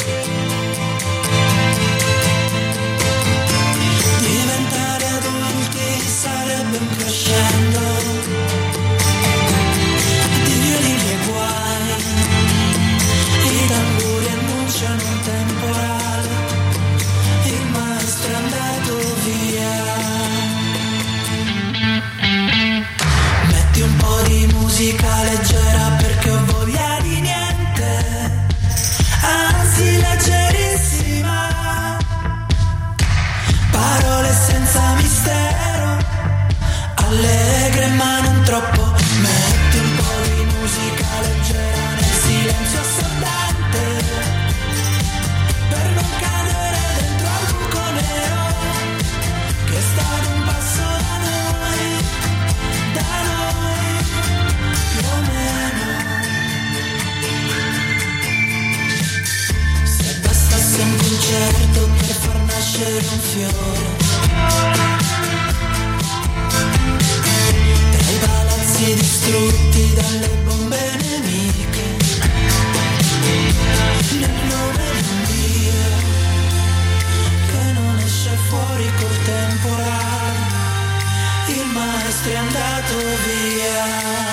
Diventare adulti sarebbe un crescendo di violini e guai. I tamburi annunciano un temporale, il maestro è andato via. Metti un po' di musica leggera perché ho voglia di niente, anzi leggerissima. Parole senza mistero, allegre ma non troppo. Metti un po' di musica leggera nel silenzio assordante, per non cadere dentro al buco nero che sta ad un passo da noi, da noi, più o meno. Se bastasse un concerto per far nascere un fiore, tra i palazzi distrutti dalle bombe nemiche, nel nome di un Dio che non esce fuori col temporale, il maestro è andato via.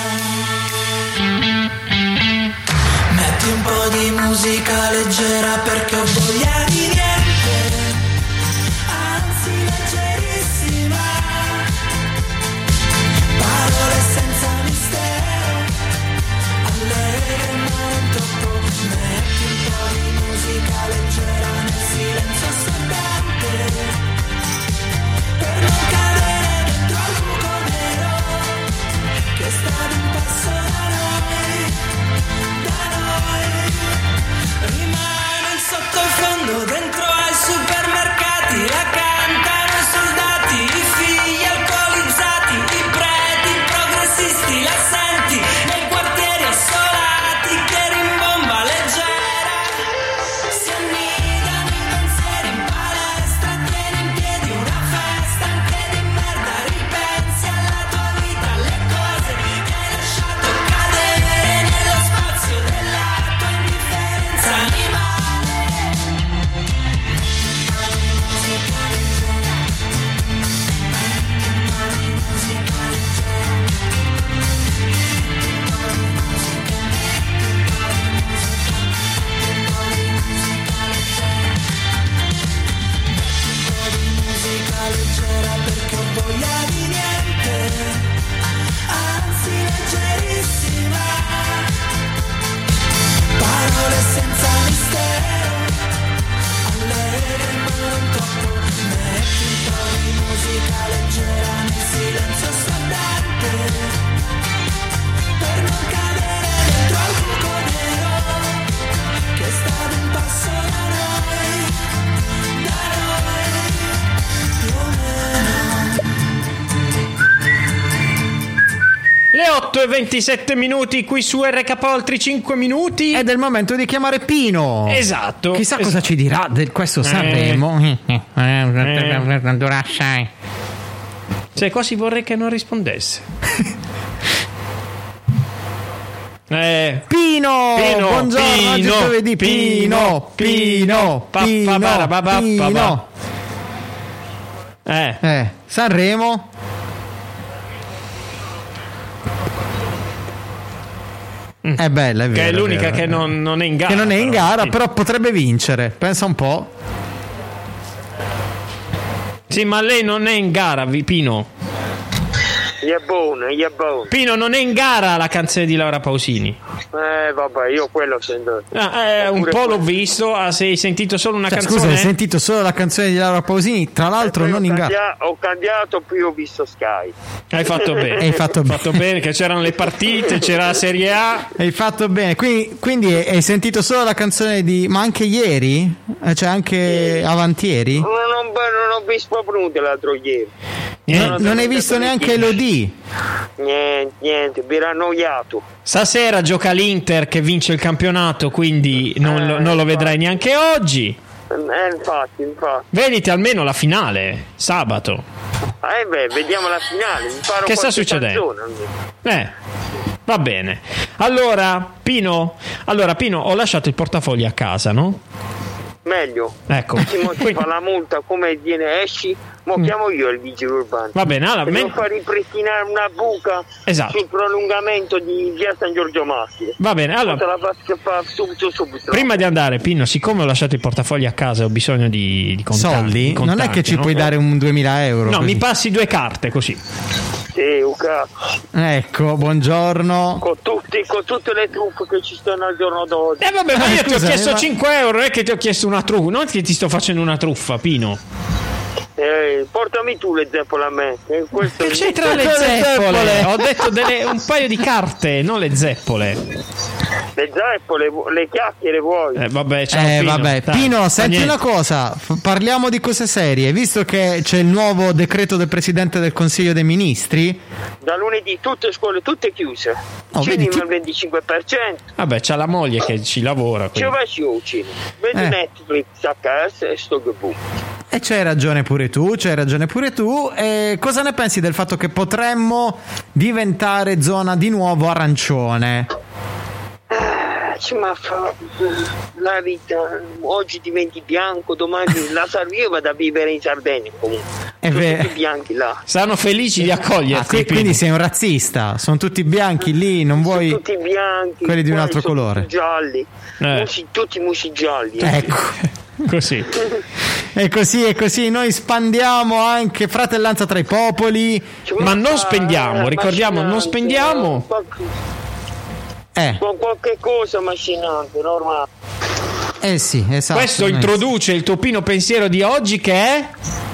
Metti un po' di musica leggera perché ho voglia di niente, anzi leggerissima. Parole senza mistero, allegre ma non troppo. Metti un po' di musica leggera nel silenzio assordante, per non cadere dentro al buco nero che sta ad un passo da noi, da noi. Rimane il sottofondo otto e ventisette minuti qui su R K O, altri cinque minuti. Ed è il momento di chiamare Pino. Esatto. Chissà esatto. cosa ci dirà di questo Sanremo. Eh. Non durerà assai. Cioè, quasi vorrei che non rispondesse. Eh. Pino, Pino, buongiorno, Pino, oggi è giovedì. Pino, Pino, Pino, Pino, Pino. Eh. Eh, Sanremo. Mm. È bella, è vero. Che è l'unica è vero, che non, non è in gara. Che non è in però. gara, Sì. però potrebbe vincere. Pensa un po'. Sì, ma lei non è in gara, vi- Pino. Gli è buono, gli è buono. Pino, non è in gara la canzone di Laura Pausini. Eh, vabbè, io quello sento. Ah, eh, un po' l'ho visto. Ah, se hai sentito solo una Cioè, canzone. scusa, hai sentito solo la canzone di Laura Pausini, tra l'altro non in gara. Cambia- ho cambiato, poi ho visto Sky. Hai fatto bene. Hai fatto bene. fatto bene, che c'erano le partite, c'era la Serie A. Hai fatto bene. Quindi, quindi hai sentito solo la canzone di. Ma anche ieri? Eh, Cioè anche avantieri? Non, non, non ho visto proprio nulla l'altro ieri. Non, non hai visto neanche Elodie? Niente, niente, mi era annoiato. Stasera gioca l'Inter che vince il campionato, quindi non lo, non lo vedrai neanche oggi. Eh, infatti, infatti. Vediti almeno la finale, sabato. Eh beh, vediamo la finale. Mi farò Che sta qualche succedendo? canzone. Eh, va bene. Allora, Pino, allora, Pino, ho lasciato il portafoglio a casa, no? Meglio. Ecco. Se mo ti fa la multa, come viene, esci, mo chiamo io il vigile urbano. Va bene, allora, devo men- far ripristinare una buca Esatto. sul prolungamento di via San Giorgio Massimo. Va bene, allora- Te la faccio fare subito, subito. Prima di andare, Pino, siccome ho lasciato il portafoglio a casa, ho bisogno di, di contanti. Soldi? di Non è contanti, che ci no? puoi dare un duemila euro. No, così. mi passi due carte così. Sì, un cazzo. Ecco, buongiorno. Con, tutti, con tutte le truffe che ci stanno al giorno d'oggi. Eh vabbè, ma io ti ho scusa, chiesto ma- cinque euro, non è che ti ho chiesto una truffa, non è che ti sto facendo una truffa, Pino. Eh, portami tu le zeppole a me. Eh, questo Che è- c'entra le Le zeppole? zeppole. Ho detto delle- un paio di carte, non le zeppole. Le zeppole, le chiacchiere vuoi? Eh vabbè, ciao Eh Pino. vabbè, Dai, Pino, fa senti niente. una cosa, f- parliamo di cose serie, visto che c'è il nuovo decreto del Presidente del Consiglio dei Ministri. Da lunedì tutte le scuole tutte chiuse. Oh, Cinema vedi, ti- al venticinque per cento. Vabbè, c'ha la moglie che ci lavora. Ci quindi. vai al cinema. Vedi Eh. Netflix a casa e sto che bu. E c'hai ragione pure tu, c'hai ragione pure tu. E cosa ne pensi del fatto che potremmo diventare zona di nuovo arancione? Ah, ci ma fa la vita. Oggi diventi bianco, domani la Sar- io vado a vivere in Sardegna comunque. È Sono vero. tutti bianchi là. Saranno felici di Ah, accoglierti. qui- Pino. quindi sei un razzista, sono tutti bianchi lì, non vuoi Tutti bianchi. quelli di un qua altro sono colore. tutti gialli. Eh. Musi- tutti musi gialli. Ecco. Così. E così e così noi spandiamo anche fratellanza tra i popoli. Ma non spendiamo, ricordiamo, non spendiamo. Eh, Con qualche cosa macinante, normale. eh sì, esatto. Questo Eh, introduce il tuo Pino pensiero di oggi che è...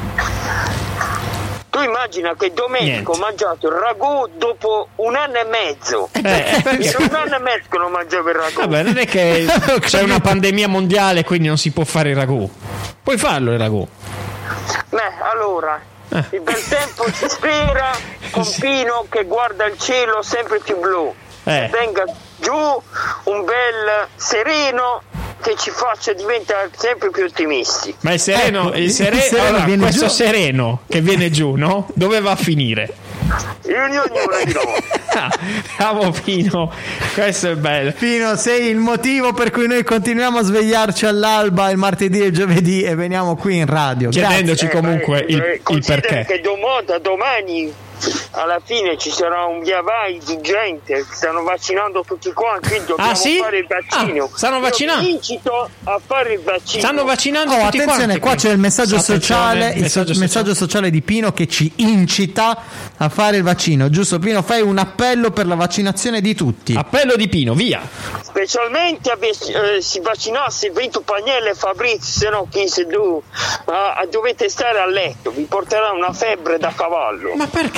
Tu immagina che domenica Niente. ho mangiato il ragù dopo un anno e mezzo. Eh, Era perché? un anno e mezzo che non mangiavo il ragù. Vabbè, non è che c'è una pandemia mondiale, quindi non si può fare il ragù. Puoi farlo il ragù. Beh, allora, Eh. il bel tempo si spera con Pino che guarda il cielo sempre più blu. Eh. Venga giù un bel sereno che ci faccia diventare sempre più ottimisti. Ma il sereno, Ecco, il il sereno, sereno allora, viene questo giù. sereno che viene giù, no? Dove va a finire? Io ognuno di noi. Ah, bravo Pino, questo è bello. Pino, sei il motivo per cui noi continuiamo a svegliarci all'alba il martedì e il giovedì e veniamo qui in radio. Chiedendoci Eh, comunque eh, il, eh, il considera perché. che domo- da domani alla fine ci sarà un via vai di gente, stanno vaccinando tutti quanti, quindi dobbiamo Ah, sì? fare il vaccino. Ah, stanno vaccinando? Io vi incito a fare il vaccino. Stanno vaccinando Oh, tutti attenzione, quanti. qua c'è il messaggio Attenzione, sociale, il messaggio so- messaggio sociale di Pino che ci incita a fare il vaccino. Giusto Pino, fai un appello per la vaccinazione di tutti. Appello di Pino, via. Specialmente ave- eh, si vaccinasse Vito Pagnello e Fabrizio, se no chi se tu ah, dovete stare a letto, vi porterà una febbre da cavallo. Ma perché?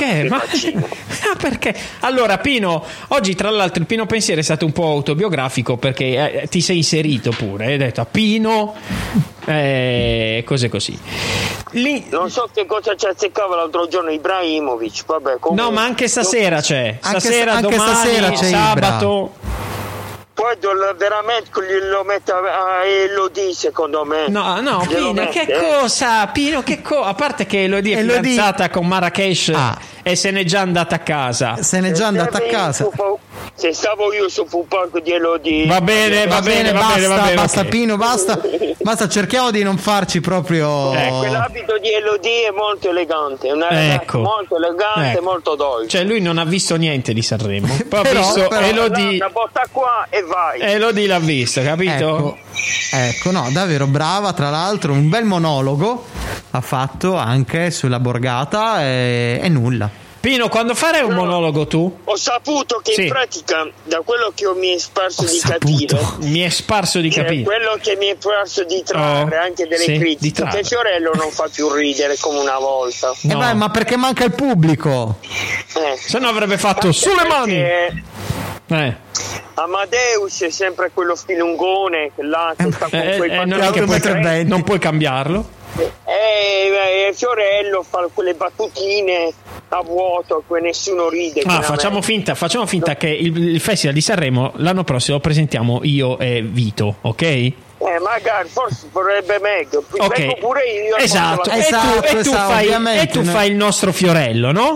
Eh, ma ah, perché? Allora, Pino, oggi tra l'altro il Pino Pensiero è stato un po' autobiografico perché eh, ti sei inserito pure, hai detto a Pino, eh, cose così. Lì... Non so che cosa ci azzeccava l'altro giorno Ibrahimovic, vabbè. Comunque... No, ma anche stasera c'è. Anche Stasera, anche domani, stasera c'è sabato. Poi veramente lo mette a Elodie, secondo me. No, no, Glielo Pino, mette, che eh? cosa? Pino, che cosa? A parte che Elodie è Elodie- fidanzata con Marrakesh Ah. e se n'è già andata a casa. Se n'è già andata a casa. Se stavo io sul palco di Elodie. Va bene, va, Va bene, va basta, bene, va bene, basta ok. Pino, basta. Basta, cerchiamo di non farci proprio. Ecco. Quell'abito di Elodie è molto elegante, è una ragazza Ecco. molto elegante, Ecco. molto dolce. Cioè lui non ha visto niente di Sanremo. Poi Però- ha visto però- Elodie. Una botta qua e vai. Elodie l'ha visto, capito? Ecco, ecco, no, davvero brava. Tra l'altro, un bel monologo ha fatto anche sulla borgata e, e nulla. Pino, quando farai un monologo tu? Ho saputo che Sì. in pratica, da quello che mi è sparso Ho di saputo. capire, Mi è sparso di che capire. quello che mi è sparso di trarre Oh, anche delle sì, di critiche, trarre. che Fiorello non fa più ridere come una volta. E No. vai, ma perché manca il pubblico? Eh. Se no avrebbe fatto Anche sulle mani. perché Eh. Amadeus è sempre quello spilungone là che sta con Eh, quei eh, non, è pantaloni che puoi, stretchi. non puoi cambiarlo. E e Fiorello fa quelle battutine a vuoto che nessuno ride. Ah, come facciamo me. finta, facciamo finta che il, il Festival di Sanremo l'anno prossimo lo presentiamo io e Vito, ok? Eh, magari, forse vorrebbe meglio. Ok. Vengo pure io. al Esatto, mondo e della- Esatto, tu, e tu esatto, fai, ovviamente, e tu no? fai il nostro Fiorello, no?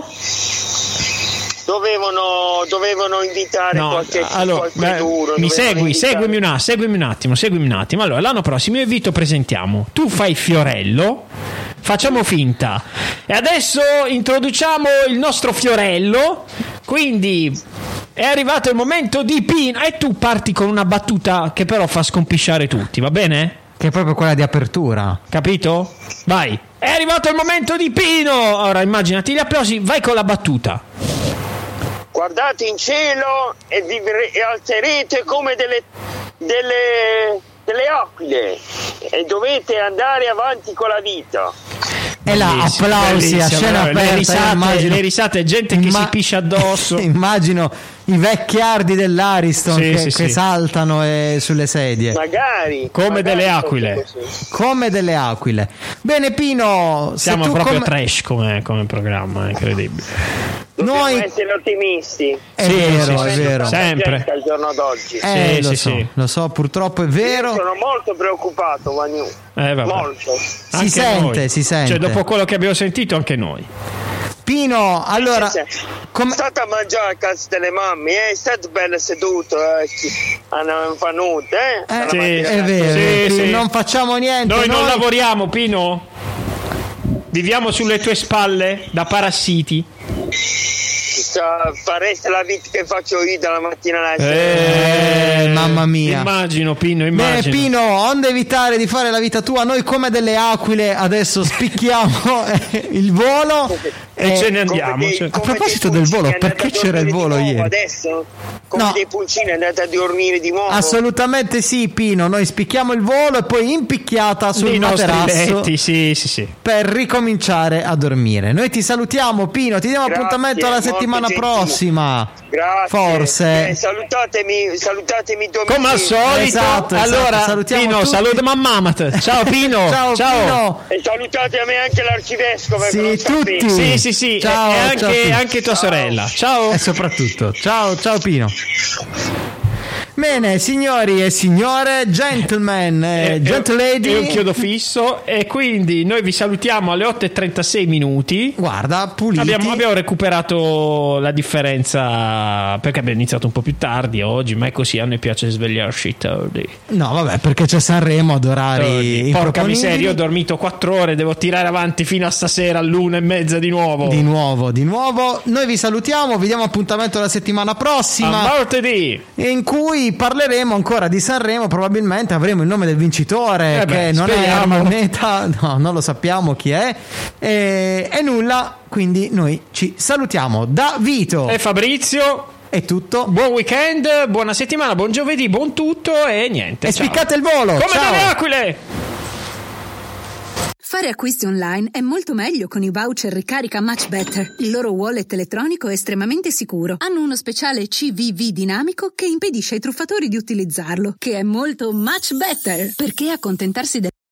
Dovevano, dovevano invitare No, qualche, allora, qualche beh, duro. mi dovevano segui, invitare- seguimi un, a- seguimi un attimo, seguimi un attimo. Allora, l'anno prossimo io e Vito presentiamo. Tu fai Fiorello, facciamo finta. E adesso introduciamo il nostro Fiorello. Quindi è arrivato il momento di Pino. E tu parti con una battuta che però fa scompisciare tutti, va bene? Che è proprio quella di apertura. Capito? Vai. È arrivato il momento di Pino. Ora immaginati gli applausi, vai con la battuta. Guardate in cielo e, vi e alzerete come delle, delle, delle aquile e dovete andare avanti con la vita. E là, Bellissimo, applausi a bellissimo. scena Allora, aperta. le risate, io immagino, le risate, gente che imma- si piscia addosso. Immagino i vecchiardi dell'Ariston Sì, che, sì, che sì. saltano eh, sulle sedie. Magari. Come magari delle fosse aquile. così. Come delle aquile. Bene Pino, se Siamo tu proprio come- trash come, come programma, è incredibile. Dobbiamo Noi- essere ottimisti. È Sì, vero, sì, è sì, vero. sempre. Al giorno d'oggi. Eh, Sì, lo sì, so, sì. lo so, purtroppo è vero. Sono molto preoccupato, Vanu. Eh, vabbè. Molto. Si Anche sente, noi. si sente. Cioè, dopo quello che abbiamo sentito, anche noi. Pino, allora, Cioè, come- state a mangiare a casa delle mamme, eh? State bello seduto, eh? Ci- hanno fanute, eh? eh, Alla Sì, mattina. è vero, Sì, Pino, sì. non facciamo niente. Noi non noi- lavoriamo, Pino. Viviamo sulle tue spalle da parassiti. Sa- Fareste la vita che faccio io dalla mattina alla sera. Eh, mamma mia. Immagino, Pino, Bene immagino. Pino, onde evitare di fare la vita tua, noi come delle aquile adesso spicchiamo eh, il volo E ce ne Come andiamo. dei- cioè. A come proposito dei del volo, pulcini, perché andate a c'era il dormire volo di nuovo ieri? Adesso? Come No. dei pulcini andate a dormire di nuovo? Assolutamente sì Pino, noi spicchiamo il volo e poi impicchiata sul I nostri materasso letti, sì, sì, sì. per ricominciare a dormire. Noi ti salutiamo Pino, ti diamo Grazie, appuntamento alla molto settimana gentile. prossima. Grazie. Forse. Eh, salutatemi, salutatemi domani. Come al solito. Esatto, esatto. Allora, Salutiamo Pino, tutti. saluta mammamat. Ciao Pino. Ciao, Pino. E salutate a me anche l'arcivescovo. che Sì, non tutti. sapete. Sì, sì, sì. Ciao, e anche, ciao, Pino. anche tua sorella. Ciao. E soprattutto, ciao, ciao Pino. Bene, signori e signore, gentlemen e Eh, gentlelady. È un chiodo fisso. E quindi noi vi salutiamo alle otto e trentasei minuti. Guarda, puliti. Abbiamo, abbiamo recuperato la differenza perché abbiamo iniziato un po' più tardi oggi, ma è così, a noi piace svegliarci tardi. No, vabbè, perché c'è Sanremo ad orari Porca improponibili. miseria, io ho dormito quattro ore, devo tirare avanti fino a stasera all'una e mezza di nuovo. Di nuovo, di nuovo. Noi vi salutiamo, vi diamo appuntamento la settimana prossima. A martedì. In cui parleremo ancora di Sanremo, probabilmente avremo il nome del vincitore Eh beh, che non speriamo. è Moneta, no, non lo sappiamo chi è e, e nulla, quindi noi ci salutiamo da Vito E Fabrizio. è tutto Buon weekend, buona settimana, buon giovedì, buon tutto e niente. e ciao. spiccate il volo. Come Ciao. delle aquile. Fare acquisti online è molto meglio con i voucher Ricarica Much Better. Il loro wallet elettronico è estremamente sicuro. Hanno uno speciale C V V dinamico che impedisce ai truffatori di utilizzarlo, che è molto much better. Perché accontentarsi del